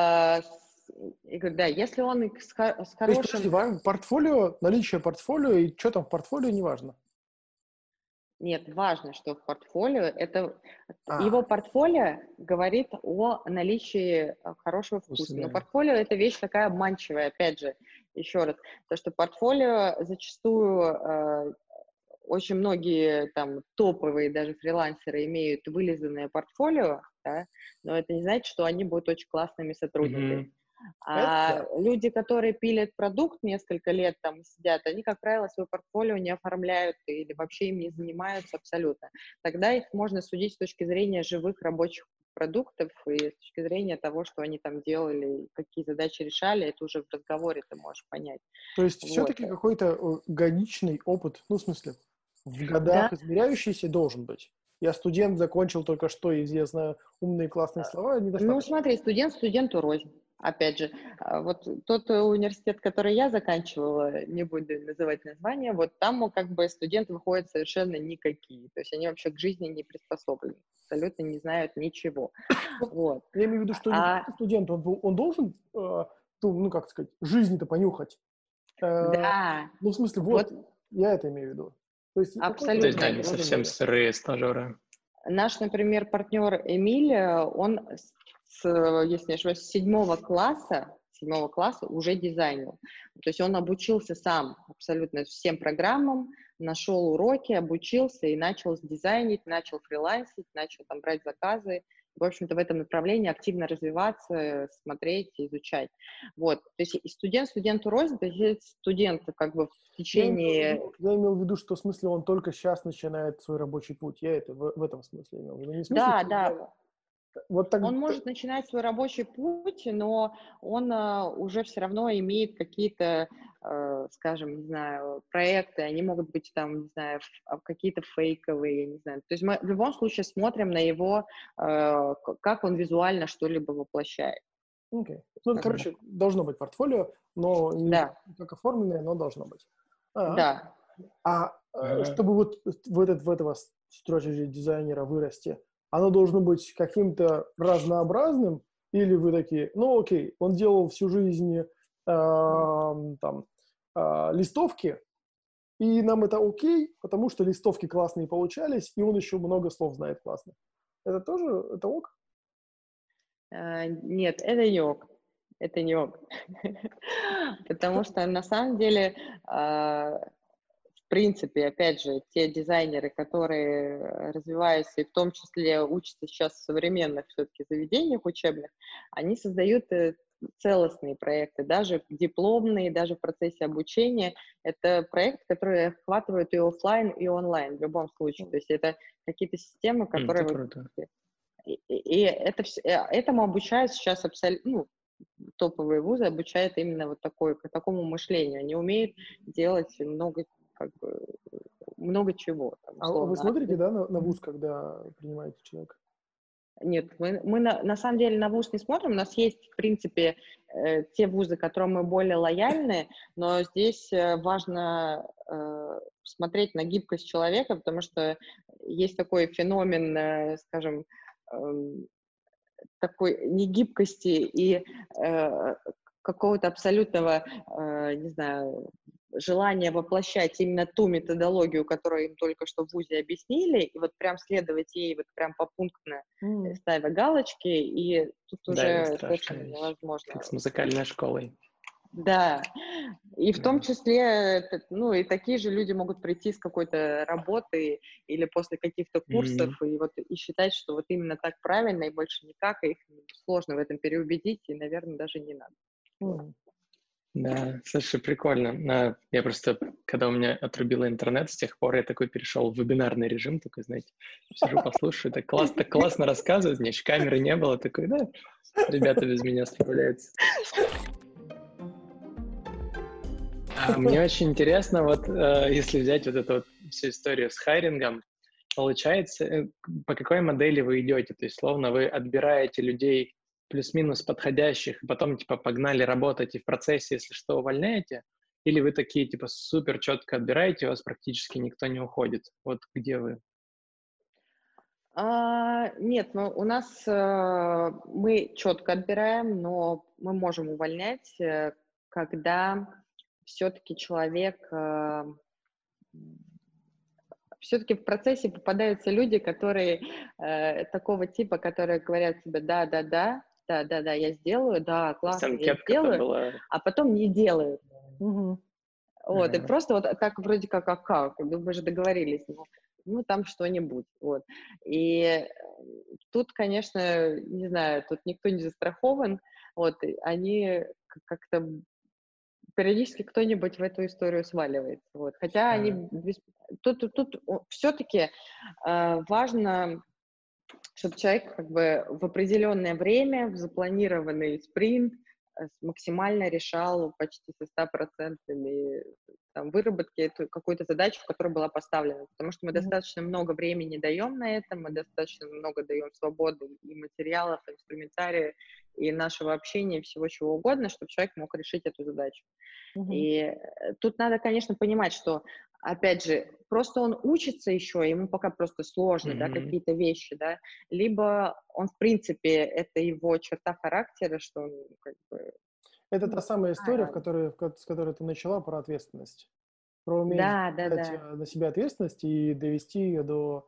если он с хорошим... То есть, подожди, портфолио, наличие портфолио и что там в портфолио, не важно? Нет, важно, что в портфолио, его портфолио говорит о наличии хорошего вкуса. Но портфолио — это вещь такая обманчивая, опять же, еще раз. То, что портфолио зачастую очень многие там топовые даже фрилансеры имеют вылизанное портфолио, да, но это не значит, что они будут очень классными сотрудниками. А люди, которые пилят продукт несколько лет там сидят, они, как правило, свое портфолио не оформляют или вообще им не занимаются абсолютно. Тогда их можно судить с точки зрения живых рабочих продуктов и с точки зрения того, что они там делали, какие задачи решали, это уже в разговоре ты можешь понять. То есть Вот. все-таки какой-то органичный опыт, ну, в смысле, в годах измеряющийся должен быть. Я студент, закончил только что, и я знаю умные классные слова, недостаточно. Ну, смотри, студент студенту рознь. Опять же, вот тот университет, который я заканчивала, не буду называть название, вот там как бы студенты выходят совершенно никакие. То есть они вообще к жизни не приспособлены, абсолютно не знают ничего. Вот. Я имею в виду, что не только студент, он должен, ну, как сказать, жизнь-то понюхать. Да. Ну, в смысле, вот, я это имею в виду. То есть, абсолютно. То есть, да, не совсем сырые стажеры. Наш, например, партнер Эмиль, он, если не ошибаюсь, с 7 класса уже дизайнер. То есть он обучился сам абсолютно всем программам, нашел уроки, обучился и начал дизайнить, начал фрилансить, начал там брать заказы. В общем-то, в этом направлении активно развиваться, смотреть, изучать. Вот. То есть и студент студенту рознь, то есть студент как бы в течение... Я имел в виду, что в смысле он только сейчас начинает свой рабочий путь. Я это в этом смысле имел в виду. Не в смысле, Да. Вот так... Он может начинать свой рабочий путь, но он уже все равно имеет какие-то, скажем, не знаю, проекты, они могут быть там, не знаю, какие-то фейковые, я не знаю. То есть мы в любом случае смотрим на его, как он визуально что-либо воплощает. Okay. Ну, короче, должно быть портфолио, но не как оформленное, но должно быть. Да. Чтобы вот в этого строчечного дизайнера вырасти, оно должно быть каким-то разнообразным, или вы такие, ну окей, он делал всю жизнь листовки, и нам это окей, потому что листовки классные получались, и он еще много слов знает классно. Это тоже, это ок? Нет, это не ок. Это не ок. Потому что на самом деле... В принципе, опять же, те дизайнеры, которые развиваются и в том числе учатся сейчас в современных все-таки заведениях учебных, они создают целостные проекты, даже дипломные, даже в процессе обучения. Это проект, который охватывает и офлайн, и онлайн в любом случае. То есть это какие-то системы, которые... Это круто. И этому обучают сейчас абсолютно... топовые вузы обучают именно вот такому мышлению. Они умеют делать много чего. Там, вы смотрите, да, на вуз, когда принимаете человека? Нет, мы на самом деле на вуз не смотрим. У нас есть, в принципе, те вузы, которым мы более лояльны, но здесь важно смотреть на гибкость человека, потому что есть такой феномен, скажем, такой негибкости и какого-то абсолютного, не знаю, желание воплощать именно ту методологию, которую им только что в ВУЗе объяснили, и вот прям следовать ей вот прям попунктно, ставя галочки, и тут уже совершенно невозможно. Как с музыкальной школой. Да, и в том числе, ну, и такие же люди могут прийти с какой-то работы или после каких-то курсов и считать, что вот именно так правильно и больше никак, и их сложно в этом переубедить, и, наверное, даже не надо. Да, слушай, прикольно. Я просто, когда у меня отрубило интернет, с тех пор я такой перешел в вебинарный режим, такой, знаете, сижу, послушаю, так классно рассказывают, мне еще камеры не было, такой, да, ребята без меня справляются. Мне очень интересно, вот если взять вот эту вот всю историю с хайрингом, получается, по какой модели вы идете? То есть, словно вы отбираете людей плюс-минус подходящих, и потом, типа, погнали работать, и в процессе, если что, увольняете? Или вы такие, типа, супер четко отбираете, у вас практически никто не уходит? Вот где вы? Нет, ну, у нас мы четко отбираем, но мы можем увольнять, когда все-таки человек... Все-таки в процессе попадаются люди, которые такого типа, которые говорят тебе да, я сделаю, да, классно, я сделаю, а потом не делают. Вот, и просто вот так вроде как, мы же договорились, ну, там что-нибудь, вот. И тут, конечно, не знаю, тут никто не застрахован, вот, и они как-то периодически кто-нибудь в эту историю сваливается, вот. Хотя они тут все-таки важно, чтобы человек как бы в определенное время, в запланированный спринт максимально решал почти со 100% там, выработки эту какую-то задачу, которая была поставлена. Потому что мы достаточно много времени даем на это, мы достаточно много даем свободы и материалов, и инструментария, и нашего общения, и всего чего угодно, чтобы человек мог решить эту задачу. И тут надо, конечно, понимать, что, опять же, просто он учится еще, ему пока просто сложно, да, какие-то вещи, да, либо он, в принципе, это его черта характера, что он как бы... Это та самая история, с которой ты начала, про ответственность. Про уметь взять на себя ответственность и довести ее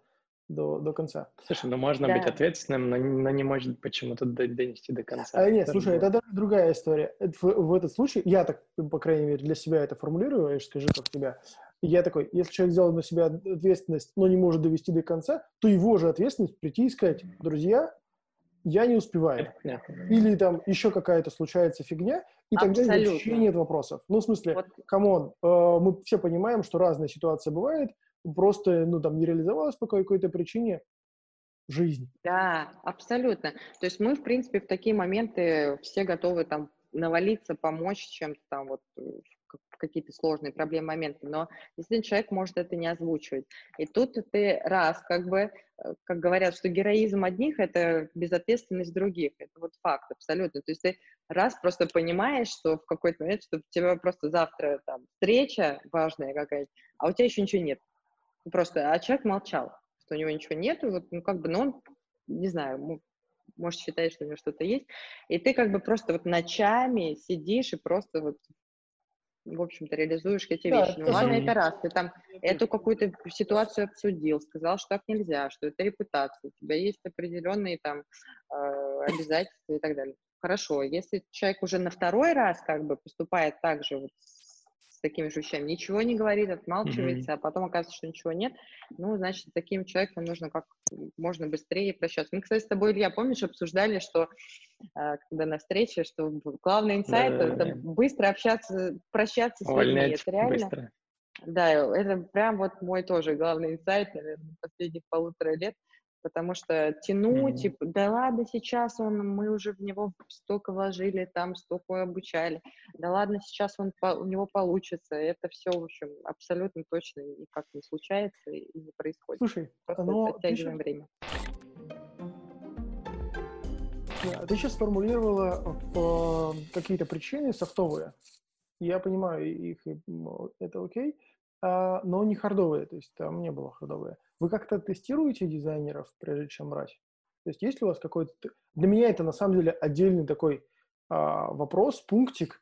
до конца. Слушай, ну можно быть ответственным, но не может почему-то донести до конца. Нет, слушай, это даже другая история. В этот случай, я так, по крайней мере, для себя это формулирую, скажи, как тебя. Я такой, если человек взял на себя ответственность, но не может довести до конца, то его же ответственность прийти и сказать: друзья, я не успеваю. Или там еще какая-то случается фигня, и тогда вообще нет вопросов. Ну, в смысле, камон, мы все понимаем, что разная ситуация бывает, просто, ну, там, не реализовалась по какой-то причине жизнь. Да, абсолютно. То есть мы, в принципе, в такие моменты все готовы там навалиться, помочь чем-то там вот в какие-то сложные проблемы, моменты, но если человек может это не озвучивать. И тут ты как бы, как говорят, что героизм одних — это безответственность других. Это вот факт абсолютно. То есть ты просто понимаешь, что в какой-то момент, что у тебя просто завтра там встреча важная какая-то, а у тебя еще ничего нет. А человек молчал, что у него ничего нету, вот, ну, как бы, ну, он, не знаю, может считать, что у него что-то есть, и ты как бы просто вот ночами сидишь и просто вот, в общем-то, реализуешь эти вещи. Ну, ладно, это раз, ты там эту какую-то ситуацию обсудил, сказал, что так нельзя, что это репутация, у тебя есть определенные там обязательства и так далее. Хорошо, если человек уже на второй раз как бы поступает так же вот с такими же вещами, ничего не говорит, отмалчивается, а потом оказывается, что ничего нет, ну, значит, с таким человеком нужно как можно быстрее прощаться. Мы, кстати, с тобой, Илья, помнишь, обсуждали, что когда на встрече, что главный инсайт — это быстро общаться, прощаться с людьми. Это реально. Быстро. Да, это прям вот мой тоже главный инсайт, наверное, последних 1,5 лет, потому что тянуть, типа, да ладно, сейчас мы уже в него столько вложили, там столько обучали, да ладно, сейчас у него получится, это все, в общем, абсолютно точно никак не случается и не происходит. Слушай, просто оттягиваем время. Ты сейчас сформулировала какие-то причины софтовые. Я понимаю их, это окей, но не хардовые, то есть там не было хардовые. Вы как-то тестируете дизайнеров, прежде чем брать? То есть есть ли у вас какой-то... Для меня это на самом деле отдельный такой вопрос, пунктик,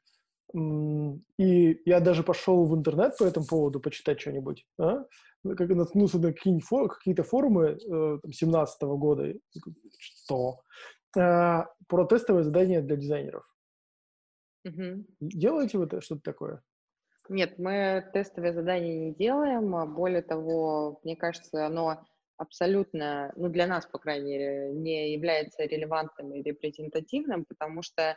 и я даже пошел в интернет по этому поводу почитать что-нибудь, как наткнулся на какие-то форумы 2017 года, что... про тестовые задания для дизайнеров. Делаете вы что-то такое? Нет, мы тестовые задания не делаем. Более того, мне кажется, оно абсолютно, ну, для нас, по крайней мере, не является релевантным и репрезентативным, потому что,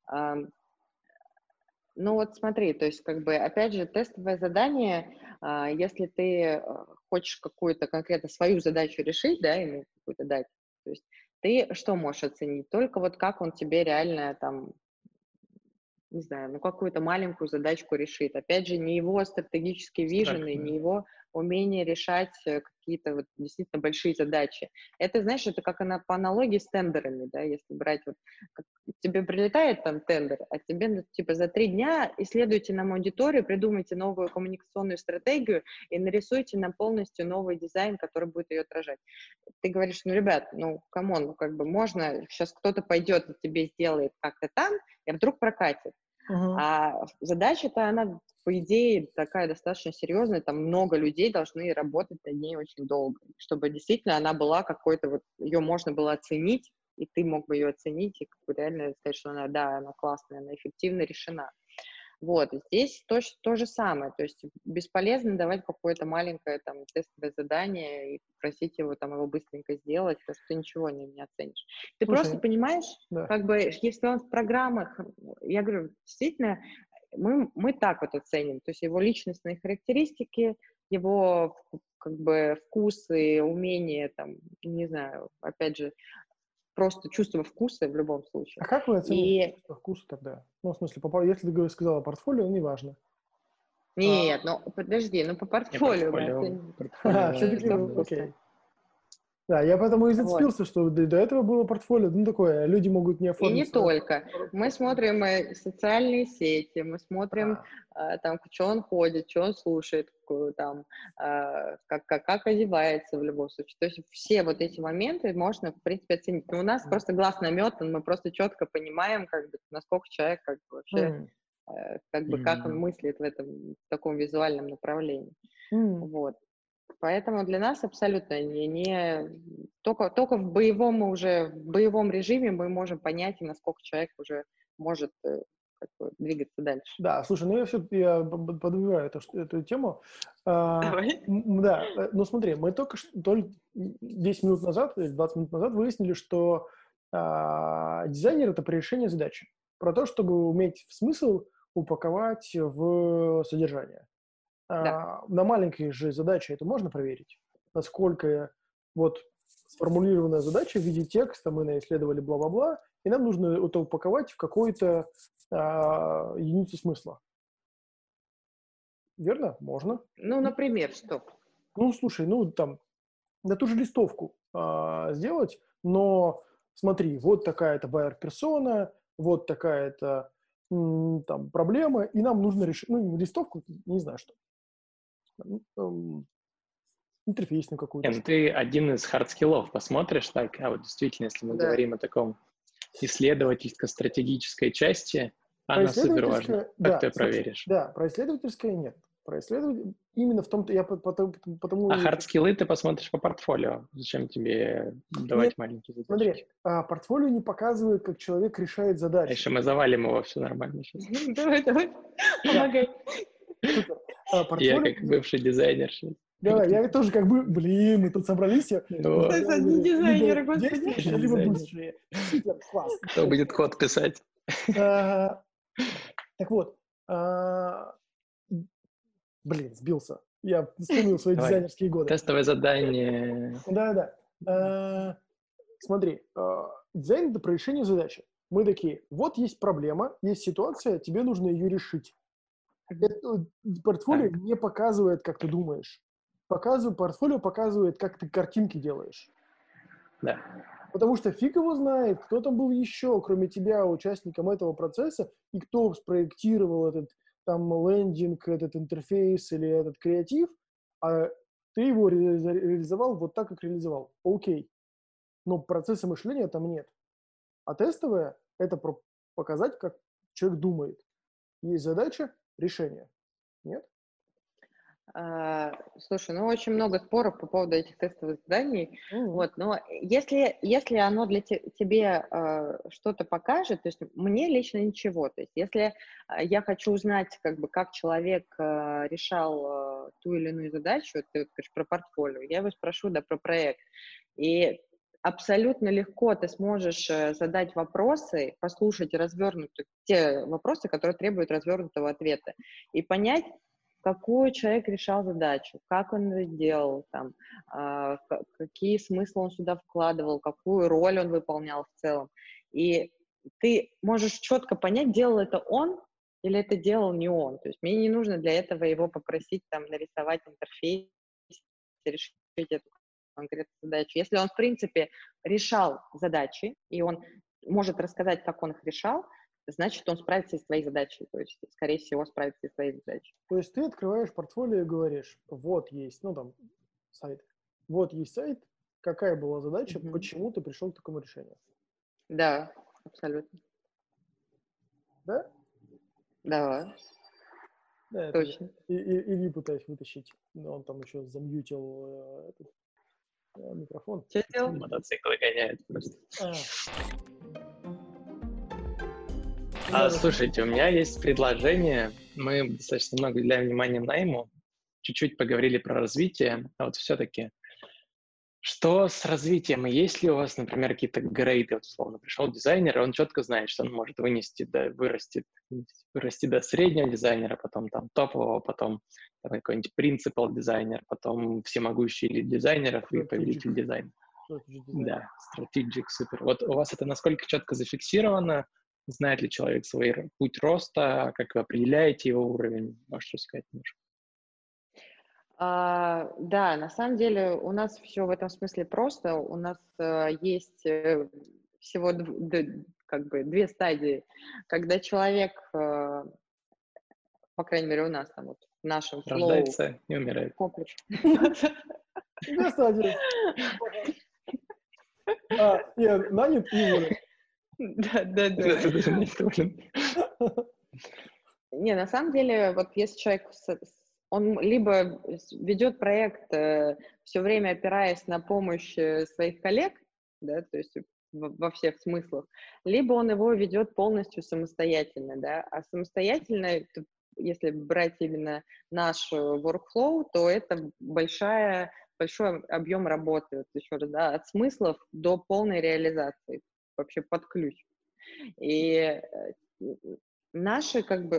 ну, вот смотри, то есть, как бы, опять же, тестовое задание, если ты хочешь какую-то конкретно свою задачу решить, да, ему какую-то дать, то есть ты что можешь оценить? Только вот как он тебе реально там, не знаю, ну, какую-то маленькую задачку решит. Опять же, не его стратегический вижен и не его умение решать какие-то вот действительно большие задачи. Это, знаешь, это как по аналогии с тендерами, да, если брать вот, тебе прилетает там тендер, а тебе, ну, типа, за 3 дня исследуйте нам аудиторию, придумайте новую коммуникационную стратегию и нарисуйте нам полностью новый дизайн, который будет ее отражать. Ты говоришь, ну, ребят, ну, камон, ну, как бы можно, сейчас кто-то пойдет и тебе сделает как-то там, и вдруг прокатит. А задача-то, она, по идее, такая достаточно серьезная, там много людей должны работать над ней очень долго, чтобы действительно она была какой-то, вот, ее можно было оценить, и ты мог бы ее оценить, и как бы реально сказать, что она, да, она классная, она эффективно решена. Вот, здесь то же самое, то есть бесполезно давать какое-то маленькое там тестовое задание и просить его там его быстренько сделать, потому что ты ничего не оценишь. Ты просто Слушай, понимаешь, да. как бы, если он в программах, я говорю, действительно, мы так вот оценим, то есть его личностные характеристики, его как бы вкусы, умения, там, не знаю, опять же, просто чувство вкуса в любом случае. А как вы оцениваете И чувство вкуса тогда? Ну, в смысле, если ты сказала портфолио, неважно. нет, ну подожди, ну по Не, портфолио мы портфолио, оценим Все-таки, чувство окей. вкуса. Да, я поэтому и Вот. зацепился, что до этого было портфолио, ну, такое, люди могут не И не оформить только. Мы смотрим социальные сети, мы смотрим, там, что он ходит, что он слушает, там, как одевается в любом случае. То есть все вот эти моменты можно, в принципе, оценить. Но у нас просто глаз наметан, мы просто четко понимаем, как бы, насколько человек как бы, вообще, как бы, как он мыслит в таком визуальном направлении. Вот. Поэтому для нас абсолютно только в боевом режиме мы можем понять, насколько человек уже может как бы двигаться дальше. Да, слушай, ну я подбиваю эту тему. Давай. Да, ну смотри, мы только 10 минут назад или 20 минут назад выяснили, что дизайнер — это про решение задачи, про то, чтобы уметь смысл упаковать в содержание. Да. На маленькой же задаче это можно проверить, насколько вот сформулированная задача в виде текста, мы наисследовали бла-бла-бла, и нам нужно это упаковать в какую-то единицу смысла. Верно? Можно. Ну, например, что? Ну, слушай, там, на ту же листовку сделать, но смотри, вот такая-то байер-персона, вот такая-то там проблема, и нам нужно решить, листовку, не знаю что. Интерфейсную какую-то. Ну ты один из хардскиллов посмотришь, так, вот действительно, если мы говорим о таком исследовательско-стратегической части, она супер важна. Как ты проверишь? Да, про исследовательское нет. Про исследователь именно в том-то я потому. А хардскиллы ты посмотришь по портфолио. Зачем тебе давать маленькие задачи? Смотри, портфолио не показывает, как человек решает задачи. Еще мы завалим его, все нормально сейчас. Давай, помогай. Я как бывший дизайнер сейчас. Давай, я тоже как бы, мы тут собрались. Не дизайнеры, господи. Действующие, либо быстрые. Супер, класс. Кто будет код писать? Так вот, сбился. Я вспомнил свои дизайнерские годы. Тестовое задание. Да. Смотри, дизайн — это про решение задачи. Мы такие, вот есть проблема, есть ситуация, тебе нужно ее решить. Портфолио не показывает, как ты думаешь. Портфолио показывает, как ты картинки делаешь. Да. Потому что фиг его знает, кто там был еще, кроме тебя, участником этого процесса, и кто спроектировал этот там лендинг, этот интерфейс или этот креатив, а ты его реализовал вот так, как реализовал. Окей. Но процесса мышления там нет. А тестовое — это показать, как человек думает. Есть задача, решение. Нет? Слушай, очень много споров по поводу этих тестовых заданий. Вот, но если оно для тебе что-то покажет, то есть мне лично ничего. То есть если я хочу узнать, как бы, как человек решал ту или иную задачу, ты говоришь про портфолио, я его спрошу, про проект. И абсолютно легко ты сможешь задать вопросы, послушать те вопросы, которые требуют развернутого ответа, и понять, какую человек решал задачу, как он это делал, там, какие смыслы он сюда вкладывал, какую роль он выполнял в целом. И ты можешь четко понять, делал это он или это делал не он. То есть мне не нужно для этого его попросить там нарисовать интерфейс, решить эту конкретную задачу. Если он, в принципе, решал задачи, и он может рассказать, как он их решал, значит, он справится и с твоей задачей. То есть, скорее всего, справится и с твоей задачей. То есть ты открываешь портфолио и говоришь, вот есть, сайт. Вот есть сайт, какая была задача, почему ты пришел к такому решению. Да, абсолютно. Да? Да. Да, точно. Или пытаюсь вытащить, но он там еще замьютил микрофон. Что делал? Мотоциклы гоняет просто. Слушайте, у меня есть предложение. Мы достаточно много уделяем внимания найму. Чуть-чуть поговорили про развитие. А вот все-таки, что с развитием? И есть ли у вас, например, какие-то грейды? Вот, условно, пришел дизайнер, и он четко знает, что он может вырасти до среднего дизайнера, потом там топового, потом там, какой-нибудь принципал дизайнер, потом всемогущий лид дизайнеров и повелитель дизайна. Да, strategic, супер. Вот у вас это насколько четко зафиксировано? Знает ли человек свой путь роста? Как вы определяете его уровень? Можешь рассказать немножко? Да, на самом деле у нас все в этом смысле просто. У нас есть всего две стадии, когда человек, по крайней мере, у нас там вот в нашем флоу... Рождается и умирает. Две стадии. Нет, нанят и уволен. Да. Не, на самом деле, вот если человек, он либо ведет проект, все время опираясь на помощь своих коллег, да, то есть во всех смыслах, либо он его ведет полностью самостоятельно, да, а самостоятельно, если брать именно наш workflow, то это большой объем работы, вот еще раз, да, от смыслов до полной реализации, вообще под ключ. И наши,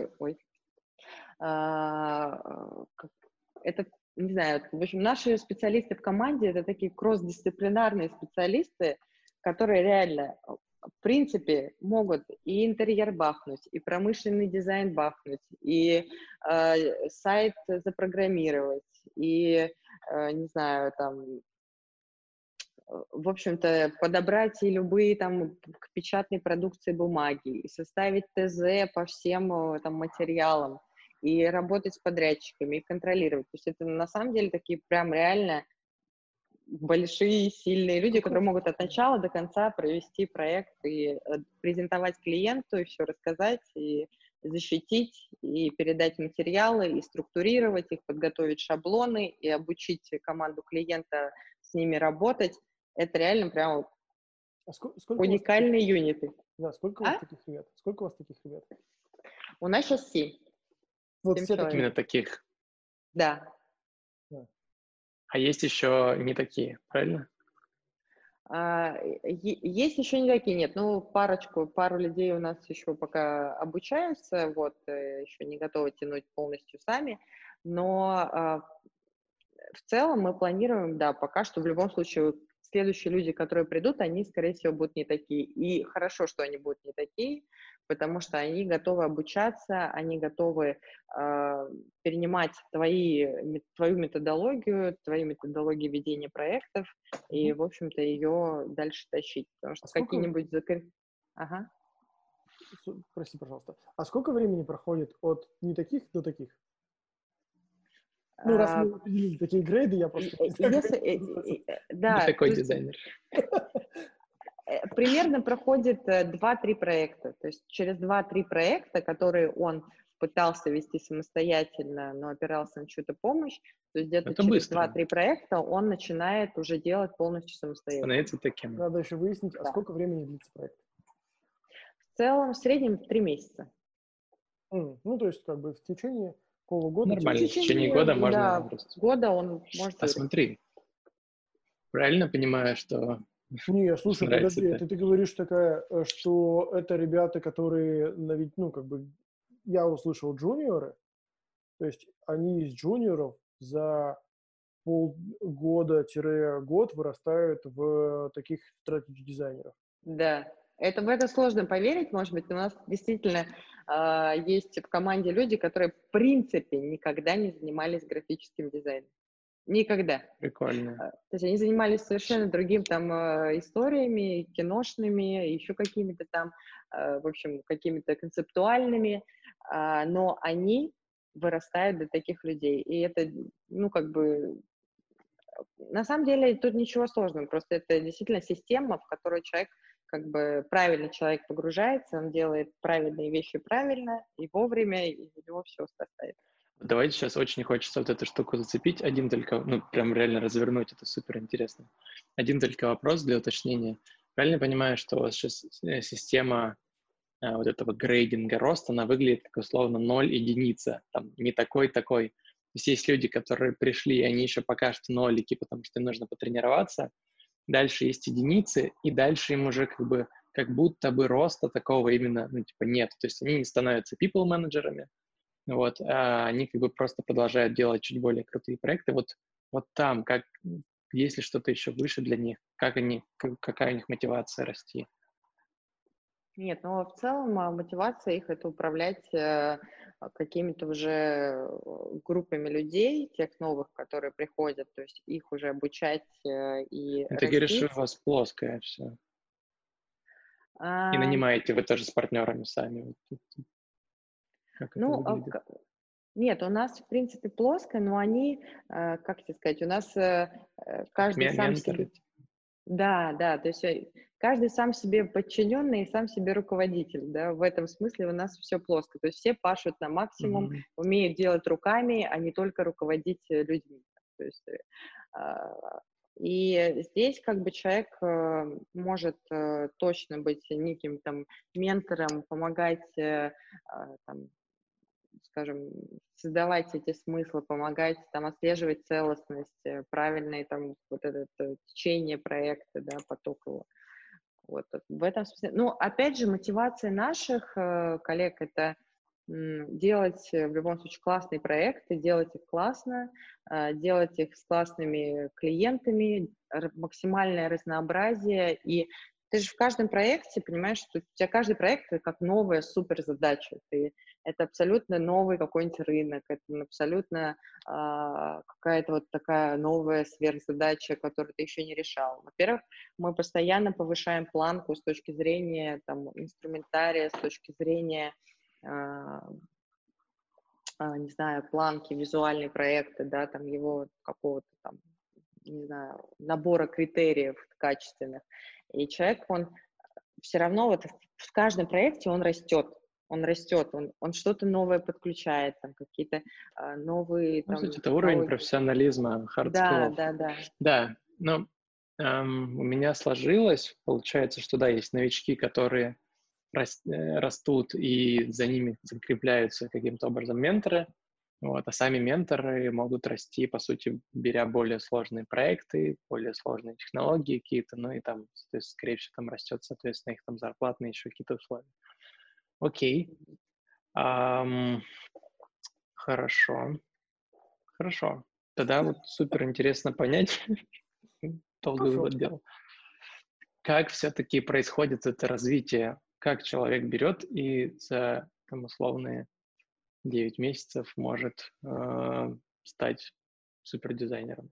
это, не знаю, в общем, наши специалисты в команде — это такие кросс-дисциплинарные специалисты, которые реально, в принципе, могут и интерьер бахнуть, и промышленный дизайн бахнуть, и сайт запрограммировать, и, не знаю, там, в общем-то, подобрать и любые там к печатной продукции бумаги, и составить ТЗ по всем там материалам, и работать с подрядчиками, и контролировать. То есть это на самом деле такие прям реально большие, сильные люди, которые могут от начала до конца провести проект и презентовать клиенту, и все рассказать, и защитить, и передать материалы, и структурировать их, подготовить шаблоны, и обучить команду клиента с ними работать. Это реально прям уникальные юниты. Да, сколько у вас таких ребят? Сколько у вас таких ребят? У нас сейчас 7. Вот 7 все человек. Именно таких? Да. А есть еще не такие, правильно? Есть еще не такие, нет. Ну, пару людей у нас еще пока обучаются, вот, еще не готовы тянуть полностью сами, но в целом мы планируем, да, пока что в любом случае следующие люди, которые придут, они, скорее всего, будут не такие. И хорошо, что они будут не такие, потому что они готовы обучаться, они готовы перенимать твою методологию ведения проектов и, в общем-то, ее дальше тащить. Потому что какие-нибудь... Ага. Прости, пожалуйста. А сколько времени проходит от не таких до таких? Ну, раз мы определили такие грейды, я просто... Да, такой дизайнер. Примерно проходит 2-3 проекта. То есть через 2-3 проекта, которые он пытался вести самостоятельно, но опирался на чью-то помощь, то есть где-то через 2-3 проекта он начинает уже делать полностью самостоятельно. Становится таким. Надо еще выяснить, а сколько времени длится проект? В целом, в среднем 3 месяца. Ну, то есть как бы в течение полугода... Нормально, в течение года можно... года он может... А смотри, правильно понимаю, что... Не, слушай, подожди, это ты говоришь такая, что это ребята, которые, ну, как бы, я услышал джуниоры, то есть они из джуниоров за полгода-год вырастают в таких стратеги-дизайнеров. Да, в это сложно поверить, может быть, у нас действительно есть в команде люди, которые в принципе никогда не занимались графическим дизайном. Никогда. Прикольно. То есть они занимались совершенно другим там историями, киношными, еще какими-то там, в общем, какими-то концептуальными, но они вырастают до таких людей. И это, ну, как бы, на самом деле тут ничего сложного, просто это действительно система, в которую человек, как бы, правильно человек погружается, он делает правильные вещи правильно и вовремя, и у него все состоит. Давайте сейчас очень хочется вот эту штуку зацепить. Один только, ну, прям реально развернуть, это супер интересно. Один только вопрос для уточнения. Правильно понимаю, что у вас сейчас система вот этого грейдинга роста, она выглядит как условно 0 единица, там не такой-такой. То есть есть люди, которые пришли, и они еще пока что нолики, потому что им нужно потренироваться. Дальше есть единицы, и дальше им уже как будто бы роста такого именно, ну, типа, нет. То есть они не становятся people-менеджерами, вот, а они как бы просто продолжают делать чуть более крутые проекты. Вот там, есть ли что-то еще выше для них, какая у них мотивация расти? Нет, но в целом мотивация их — это управлять какими-то уже группами людей, тех новых, которые приходят, то есть их уже обучать и Ну, ты говоришь, растить. у вас плоское все. И А, нанимаете вы тоже с партнерами сами. Как это ну, выглядит? нет, у нас, в принципе, плоское, но они, как тебе сказать, у нас Как каждый сам себе... менторы? Да, да, то есть каждый сам себе подчиненный и сам себе руководитель, да, в этом смысле у нас все плоско, то есть все пашут на максимум, Мгм. умеют делать руками, а не только руководить людьми, то есть, и здесь как бы человек может точно быть неким там ментором, помогать там, скажем, создавать эти смыслы, помогать там отслеживать целостность, правильное там вот это течение проекта, да, поток его. Вот в этом смысле. Ну, опять же, мотивация наших коллег — это делать в любом случае классные проекты, делать их классно, делать их с классными клиентами, максимальное разнообразие. И ты же в каждом проекте понимаешь, что у тебя каждый проект — это как новая суперзадача. Это абсолютно новый какой-нибудь рынок, это абсолютно какая-то вот такая новая сверхзадача, которую ты еще не решал. Во-первых, мы постоянно повышаем планку с точки зрения там, инструментария, с точки зрения не знаю, планки, визуальные проекты, да, там его какого-то там, не знаю, набора критериев качественных. И человек, он все равно вот в каждом проекте он растет, он что-то новое подключает, там какие-то новые, Ну, там, кстати, это уровень технологии. профессионализма, hard Да, skills. да, да. Да, но у меня сложилось, получается, что да, есть новички, которые растут, и за ними закрепляются каким-то образом менторы, вот, а сами менторы могут расти, по сути, беря более сложные проекты, более сложные технологии какие-то, ну и там, то есть, скорее всего, там растет, соответственно, их там зарплатные еще какие-то условия. Окей. Хорошо. Хорошо. Тогда вот супер интересно понять, долгий Хорошо. вывод делал, как все-таки происходит это развитие, как человек берет и за там, условные 9 месяцев может стать супердизайнером.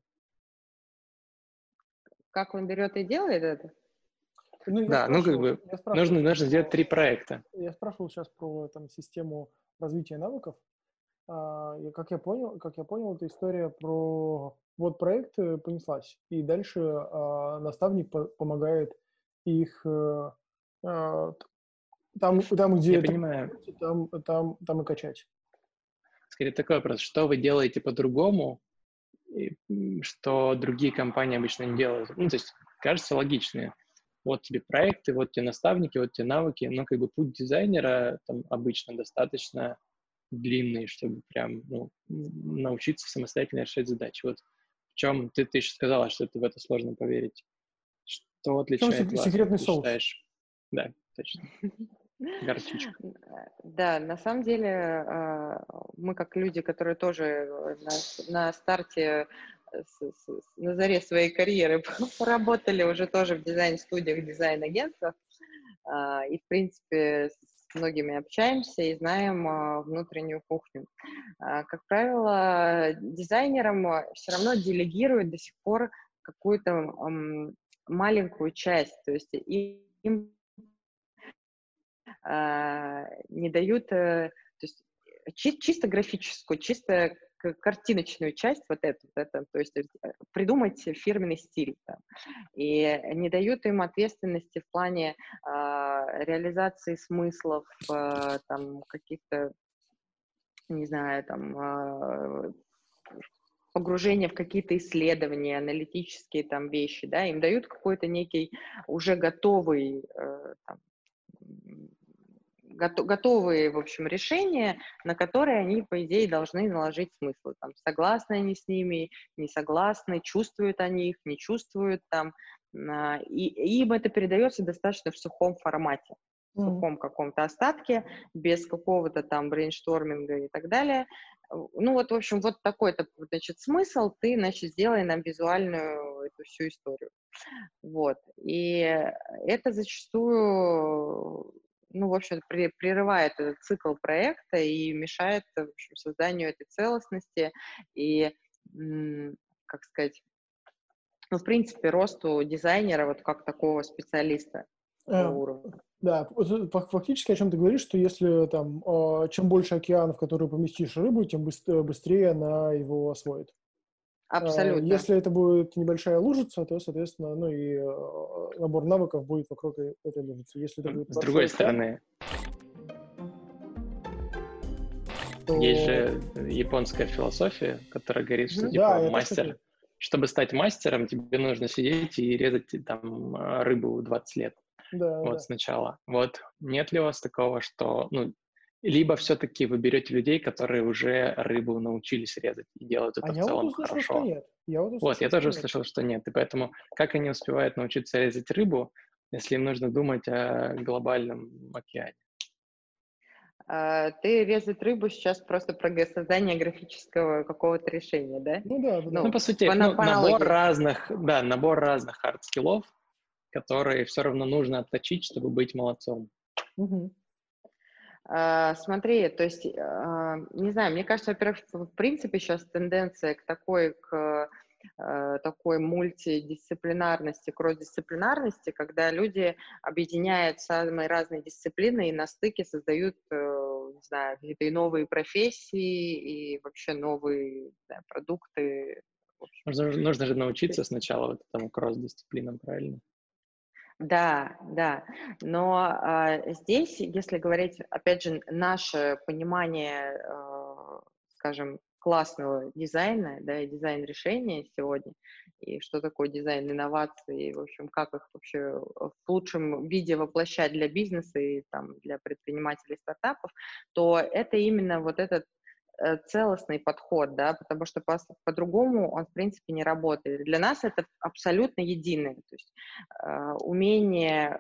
Как он берет и делает это? Ну, Да, ну как бы нужно сделать 3 проекта. Я спрашивал сейчас про там, систему развития навыков. Как я понял, это история про вот проект понеслась, и дальше наставник помогает их там, где Я это понимаю. там и качать. Скорее такой вопрос, что вы делаете по-другому, что другие компании обычно не делают? Ну, то есть, кажется, логичные. Вот тебе проекты, вот тебе наставники, вот тебе навыки, но как бы путь дизайнера там обычно достаточно длинный, чтобы прям научиться самостоятельно решать задачи. Вот в чем ты еще сказала, что в это сложно поверить. Что В чем отличает вас, как секретный ты соус? считаешь? Да, точно. Горчичка. Да, на самом деле мы как люди, которые тоже на старте, на заре своей карьеры поработали уже тоже в дизайн-студиях, дизайн-агентствах, и, в принципе, с многими общаемся и знаем внутреннюю кухню. Как правило, дизайнерам все равно делегируют до сих пор какую-то маленькую часть, то есть им не дают, то есть чисто графическую, чисто картиночную часть, вот эту, то есть придумать фирменный стиль. Да. И не дают им ответственности в плане реализации смыслов, там, каких-то, не знаю, там, погружение в какие-то исследования, аналитические там вещи, да, им дают какой-то некий уже готовый там, готовые, в общем, решения, на которые они, по идее, должны наложить смысл. Там, согласны они с ними, не согласны, чувствуют они их, не чувствуют там. И им это передается достаточно в сухом формате, в сухом каком-то остатке, без какого-то там брейншторминга и так далее. Ну вот, в общем, вот такой-то, значит, смысл, ты, значит, сделай нам визуальную эту всю историю. Вот. И это зачастую, ну, в общем, прерывает этот цикл проекта и мешает, в общем, созданию этой целостности и, как сказать, ну, в принципе, росту дизайнера вот как такого специалиста такого уровня. Да, фактически о чем ты говоришь, что если там, чем больше океанов, в которые поместишь рыбу, тем быстрее она его освоит. Абсолютно. Если это будет небольшая лужица, то, соответственно, ну и набор навыков будет вокруг этой лужицы. Если это будет С другой стороны, есть же японская философия, которая говорит, что типа мастер, чтобы стать мастером, тебе нужно сидеть и резать там рыбу 20 лет. Сначала. Вот нет ли у вас такого, что, ну, либо все-таки вы берете людей, которые уже рыбу научились резать и делают это в целом хорошо? Что нет. Я тоже услышал, что нет. И поэтому как они успевают научиться резать рыбу, если им нужно думать о глобальном океане? Ты резать рыбу сейчас просто про создание графического какого-то решения, да? Ну да. Ну, по сути, набор разных хард-скиллов, которые все равно нужно отточить, чтобы быть молодцом. Смотри, то есть, не знаю, мне кажется, во-первых, в принципе сейчас тенденция к такой мультидисциплинарности, кросс-дисциплинарности, когда люди объединяют самые разные дисциплины и на стыке создают, не знаю, какие-то и новые профессии, и вообще новые, не знаю, продукты. Нужно же научиться сначала вот этому кросс-дисциплинам, правильно? Да, да, но здесь, если говорить, опять же, наше понимание, скажем, классного дизайна, да, и дизайн решения сегодня, и что такое дизайн инноваций, и, в общем, как их вообще в лучшем виде воплощать для бизнеса и там, для предпринимателей стартапов, то это именно вот этот целостный подход, да, потому что по-другому он, в принципе, не работает. Для нас это абсолютно единое, то есть умение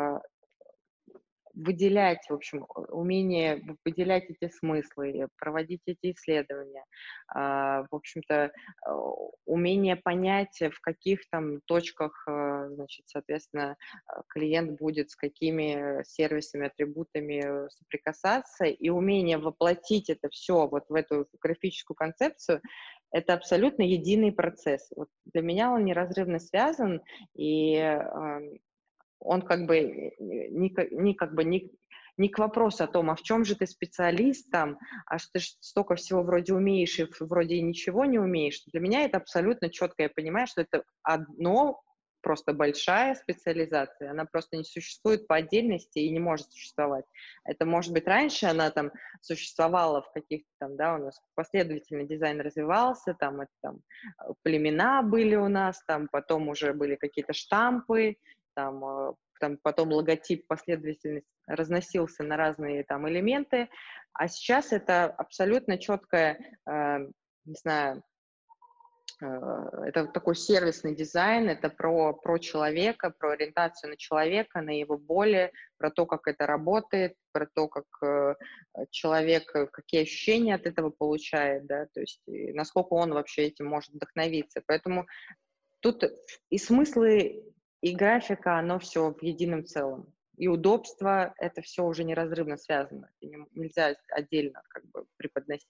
выделять, в общем, умение выделять эти смыслы, проводить эти исследования, в общем-то, умение понять, в каких там точках, значит, соответственно, клиент будет с какими сервисами, атрибутами соприкасаться, и умение воплотить это все вот в эту графическую концепцию, это абсолютно единый процесс. Вот для меня он неразрывно связан, и он как бы не к вопросу о том, а в чем же ты специалист там, а что ты столько всего вроде умеешь и вроде и ничего не умеешь. Для меня это абсолютно четко. Я понимаю, что это одно просто большая специализация. Она просто не существует по отдельности и не может существовать. Это, может быть, раньше она там существовала в каких-то там, да, у нас последовательно дизайн развивался, там, это, там племена были у нас, там потом уже были какие-то штампы, там потом логотип последовательность разносился на разные там элементы, а сейчас это абсолютно четкое, не знаю, это такой сервисный дизайн, это про человека, про ориентацию на человека, на его боли, про то, как это работает, про то, как человек, какие ощущения от этого получает, да, то есть насколько он вообще этим может вдохновиться. Поэтому тут и смыслы, и графика, оно все в едином целом. И удобство, это все уже неразрывно связано. Нельзя отдельно как бы преподносить.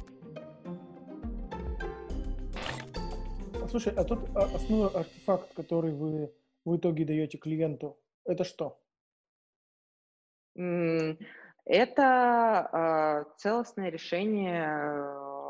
Слушай, а тут основной артефакт, который вы в итоге даете клиенту, это что? Это целостное решение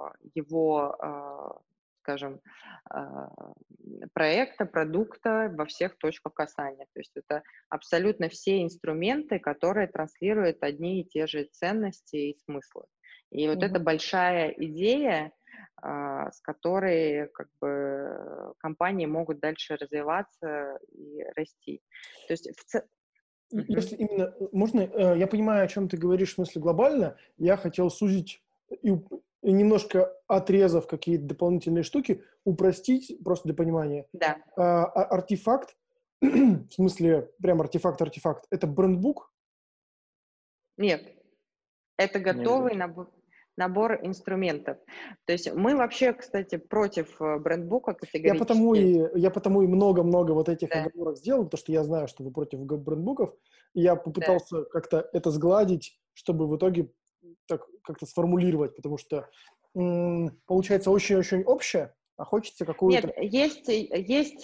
его, скажем, проекта, продукта во всех точках касания. То есть это абсолютно все инструменты, которые транслируют одни и те же ценности и смыслы. И вот эта большая идея, с которой как бы компании могут дальше развиваться и расти. То есть Если именно, можно, я понимаю, о чем ты говоришь в смысле глобально, я хотел сузить и немножко отрезав какие-то дополнительные штуки, упростить просто для понимания. Да. Артефакт, в смысле прям артефакт, это брендбук? Нет, это готовый набор инструментов. То есть мы вообще, кстати, против брендбука категорически. Я потому и много-много вот этих Да, оговорок сделал, потому что я знаю, что вы против брендбуков, и я да. попытался как-то это сгладить, чтобы в итоге так как-то сформулировать, потому что получается очень-очень общее, а хочется какую-то... Нет, есть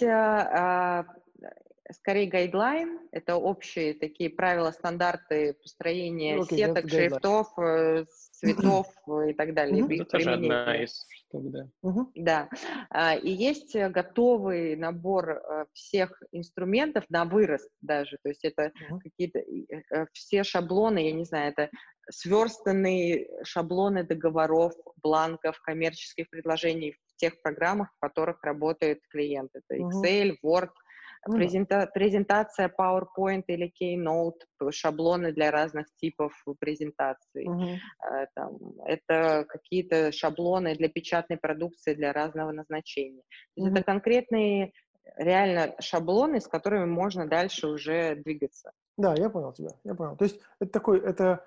скорее гайдлайн, это общие такие правила, стандарты построения Окей, это сеток, гайдлайн. шрифтов, цветов и так далее, Мгм, Это их тоже одна применения. из штук, да. мгм, Да, и есть готовый набор всех инструментов на вырост даже, то есть это мгм, какие-то все шаблоны, я не знаю, это сверстанные шаблоны договоров, бланков, коммерческих предложений в тех программах, в которых работают клиенты. Это мгм. Excel, Word, Ну да. презентация PowerPoint или Keynote, шаблоны для разных типов презентаций. Мгм, Там, это какие-то шаблоны для печатной продукции для разного назначения. То есть мгм. это конкретные реально шаблоны, с которыми можно дальше уже двигаться. Да, я понял тебя, я понял. То есть это такой, это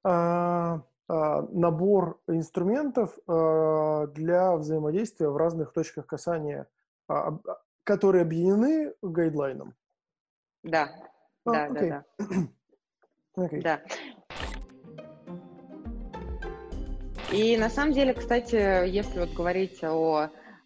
набор инструментов для взаимодействия в разных точках касания, которые объединены гайдлайном. Да, да, да, Окей, да, окей. да. И на самом деле, кстати, если вот говорить о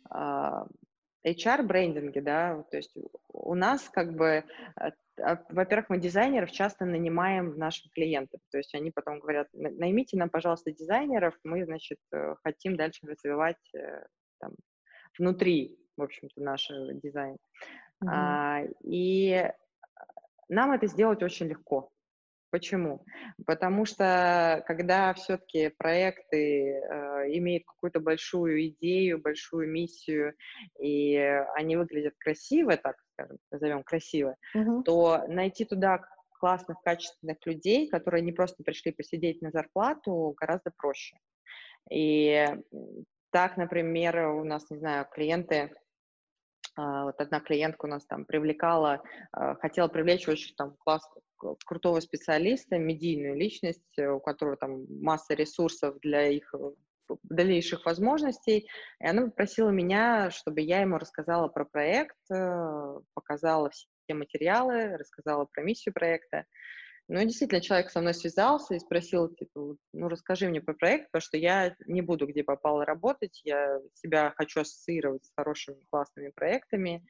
HR-брендинге, да, то есть у нас как бы, во-первых, мы дизайнеров часто нанимаем нашим клиентам, то есть они потом говорят, наймите нам, пожалуйста, дизайнеров, мы, значит, хотим дальше развивать там, внутри, в общем-то, нашего дизайна. Мгм. И нам это сделать очень легко. Почему? Потому что когда все-таки проекты имеют какую-то большую идею, большую миссию, и они выглядят красиво, так скажем, назовем красиво, Мгм. то найти туда классных, качественных людей, которые не просто пришли посидеть на зарплату, гораздо проще. И так, например, у нас, не знаю, клиенты, вот одна клиентка у нас там привлекала, хотела привлечь очень там крутого специалиста, медийную личность, у которого там масса ресурсов для их дальнейших возможностей. И она попросила меня, чтобы я ему рассказала про проект, показала все материалы, рассказала про миссию проекта. Ну, и действительно, человек со мной связался и спросил, типа, ну, расскажи мне про проект, потому что я не буду где попало работать, я себя хочу ассоциировать с хорошими, классными проектами.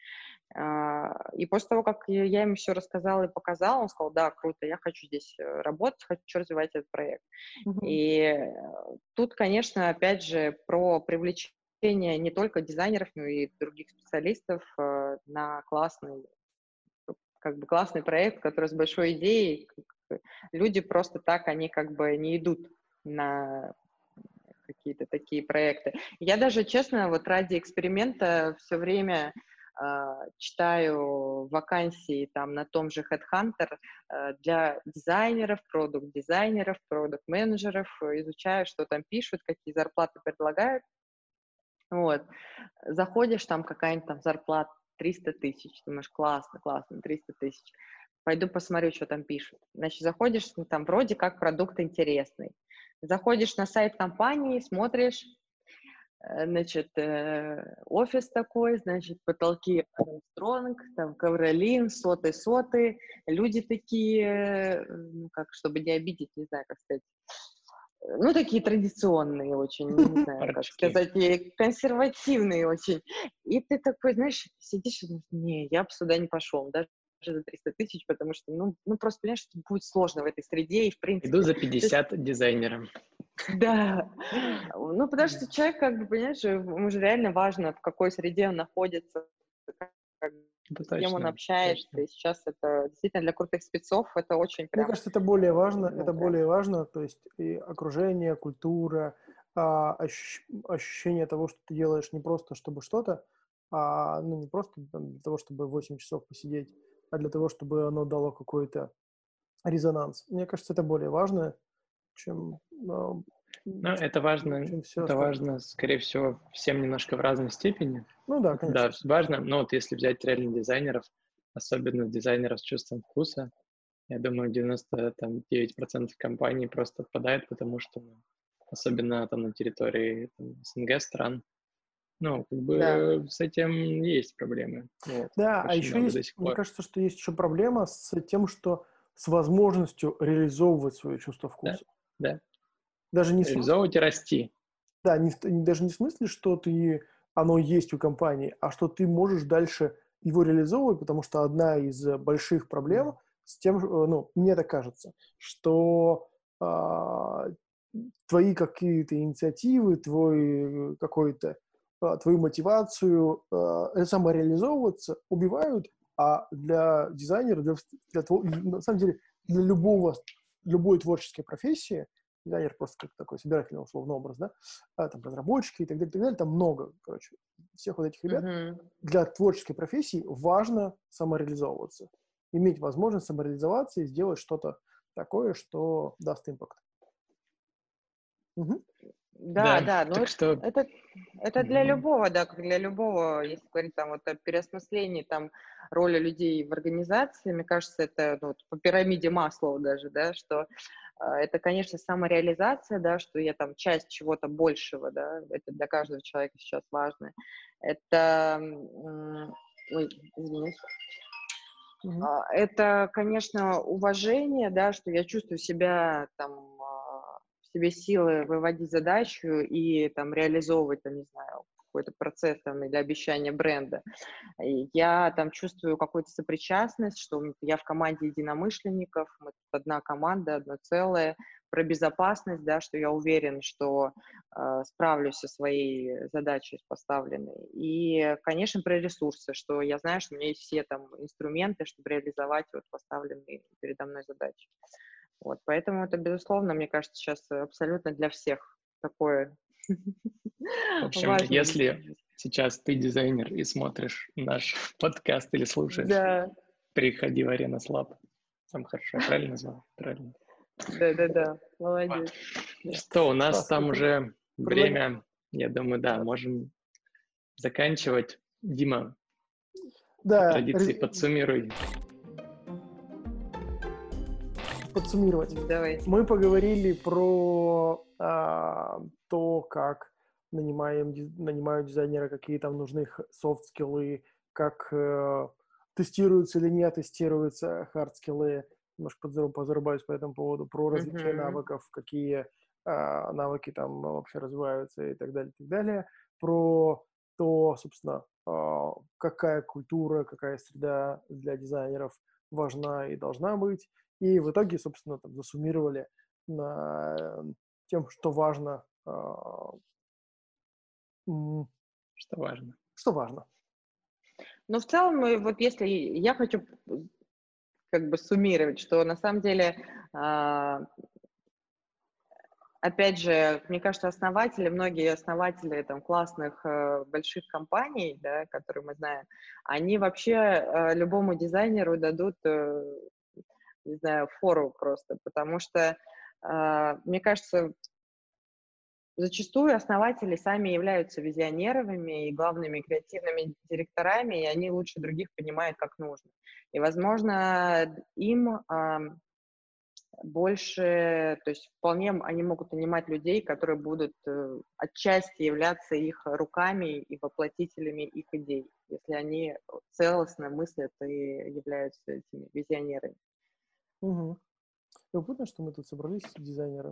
И после того, как я ему все рассказала и показала, он сказал, да, круто, я хочу здесь работать, хочу развивать этот проект. Мгм. И тут, конечно, опять же, про привлечение не только дизайнеров, но и других специалистов на классный проект, который с большой идеей. Люди просто так, они как бы не идут на какие-то такие проекты. Я даже, честно, вот ради эксперимента все время читаю вакансии там на том же HeadHunter для дизайнеров, продукт-дизайнеров, продукт-менеджеров, изучаю, что там пишут, какие зарплаты предлагают. Вот. Заходишь, там какая-нибудь там зарплата 300 тысяч, думаешь, классно, классно, 300 тысяч. Пойду посмотрю, что там пишут. Значит, заходишь, ну, там вроде как продукт интересный. Заходишь на сайт компании, смотришь, значит, офис такой, значит, потолки Армстронг, там ковролин, соты, люди такие, ну, как, чтобы не обидеть, не знаю, как сказать, ну, такие традиционные очень, не знаю, как Портки. сказать, и консервативные очень. И ты такой, знаешь, сидишь и думаешь, не, я бы сюда не пошел, даже за 300 тысяч, потому что, ну, просто, понимаешь, что будет сложно в этой среде, и в Иду принципе, за то есть, 50 дизайнером. да, ну, потому что человек, как бы, понимаешь, ему же реально важно, в какой среде он находится, как бы, Это с кем он точно, общается, точно. и сейчас это действительно для крутых спецов это очень Мне прям, кажется, это ну, прям, более важно, то есть и окружение, культура, ощущение того, что ты делаешь не просто чтобы что-то, ну, не просто там, для того, чтобы 8 часов посидеть, а для того, чтобы оно дало какой-то резонанс. Мне кажется, это более важно, чем, Ну, это важно, чем все это остальное. важно, скорее всего, всем немножко в разной степени. Ну да, Это, да, конечно. важно, но вот если взять реально дизайнеров, особенно дизайнеров с чувством вкуса, я думаю, 99% компаний просто отпадает, потому что, особенно там на территории там, СНГ стран, ну, как Да. бы с этим есть проблемы. Вот, Да, а очень еще много до есть, сих мне пор. кажется, что есть еще проблема с тем, что с возможностью реализовывать свое чувство Да, вкуса. да. Даже не в смысле, Реализовывать и расти. да, даже не в смысле, что оно есть у компании, а что ты можешь дальше его реализовывать, потому что одна из больших проблем с тем, ну, мне так кажется, что а, твои какие-то инициативы, твою мотивацию самореализовываться убивают, а для дизайнера, на самом деле, для любой творческой профессии, дизайнер просто как такой собирательный условный образ, да, там разработчики и так далее, там много, короче, всех вот этих ребят. Мгм. Для творческой профессии важно самореализовываться, иметь возможность самореализоваться и сделать что-то такое, что даст импакт. Мгм. Да, Да, да, но так что это для любого, да, как для любого, если говорить там вот о переосмыслении там роли людей в организации, мне кажется, это ну, вот по пирамиде Маслоу даже, да, что это, конечно, самореализация, да, что я там часть чего-то большего, да, это для каждого человека сейчас важно. Это, ой, извините. Мгм. Это, конечно, уважение, да, что я чувствую себя там, в себе силы выводить задачу и там реализовывать, там, не знаю, какой-то процесс там или обещание бренда. И я там чувствую какую-то сопричастность, что я в команде единомышленников, мы тут одна команда, одно целое, про безопасность, да, что я уверен, что справлюсь со своей задачей поставленной. И, конечно, про ресурсы, что я знаю, что у меня есть все там инструменты, чтобы реализовать вот поставленные передо мной задачи. Вот, поэтому это, безусловно, мне кажется, сейчас абсолютно для всех такое в общем, важно. если сейчас ты дизайнер и смотришь наш подкаст или слушаешь, Да, приходи в Arena Lab. Сам хорошо, я правильно назвал? Правильно. да, молодец. Что, у нас Класс. там уже Предлагаю. время, я думаю, да, можем заканчивать. Дима, по Да, традиции подсуммируй. подсуммировать. Давай. Мы поговорили про то, как нанимают дизайнера, какие там нужны софт-скиллы, как тестируются или не тестируются хард-скиллы. Немножко позарубаюсь по этому поводу, про развитие Мгм. навыков, какие навыки там вообще развиваются и так далее, и так далее. Про то, собственно, какая культура, какая среда для дизайнеров важна и должна быть. И в итоге, собственно, там засуммировали на тем, что важно, Что важно. что важно. Но в целом, вот если я хочу как бы суммировать, что на самом деле, опять же, мне кажется, многие основатели там классных больших компаний, да, которые мы знаем, они вообще любому дизайнеру дадут, не знаю, фору просто, потому что, мне кажется, зачастую основатели сами являются визионерами и главными креативными директорами, и они лучше других понимают, как нужно. И, возможно, им больше, то есть вполне они могут нанимать людей, которые будут отчасти являться их руками и воплотителями их идей, если они целостно мыслят и являются этими визионерами. Угу. Любопытно, что мы тут собрались, дизайнеры.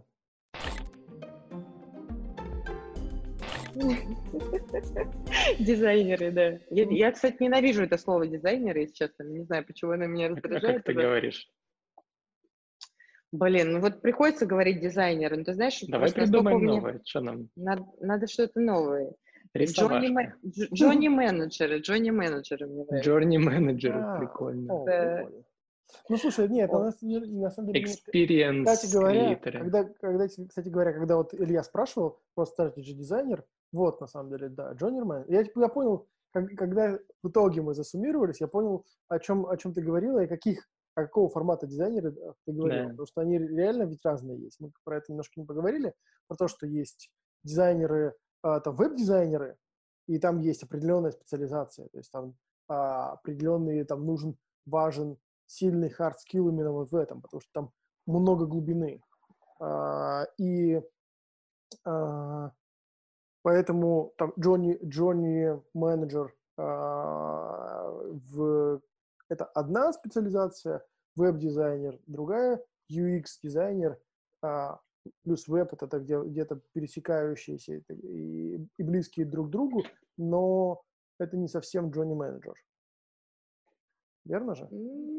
Дизайнеры, да. Я, кстати, ненавижу это слово дизайнеры, если честно. Не знаю, почему оно меня А раздражает как ты уже. говоришь? Блин, ну вот приходится говорить дизайнеры. Ну, ты знаешь, Давай просто насколько у придумаем меня... новое. Что нам? Надо что-то новое. Рисовашка. Джонни-менеджеры мне нравятся. Джорни-менеджеры. Прикольно. Да. Прикольно. Ну, слушай, нет, О, на самом деле немножко... Кстати Experience говоря, креаторы. кстати говоря, когда вот Илья спрашивал про strategy дизайнер, вот, на самом деле, да, Джоннерман. Я понял, когда в итоге мы засуммировались, я понял, о чем ты говорила и каких а какого формата дизайнеры ты говорил? Да. Потому что они реально ведь разные есть. Мы про это немножко не поговорили, про то, что есть дизайнеры, там веб-дизайнеры, и там есть определенная специализация, то есть там определенный, там важен сильный hard skill именно вот в этом, потому что там много глубины. И поэтому там Джонни менеджер это одна специализация, веб-дизайнер другая, UX-дизайнер, плюс веб это где-то пересекающиеся и близкие друг к другу, но это не совсем Джонни менеджер. Верно же?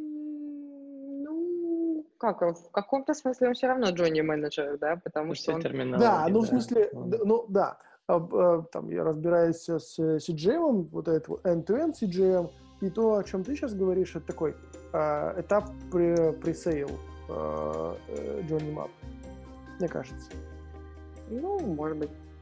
Ну, как, в каком-то смысле он все равно Джонни менеджер, да, потому что он... Да, ну в смысле, ну да, там я разбираюсь с CGM, вот этот вот end-to-end CGM, и то, о чем ты сейчас говоришь, это такой этап пресейл Джонни Мап, мне кажется. Ну, может быть.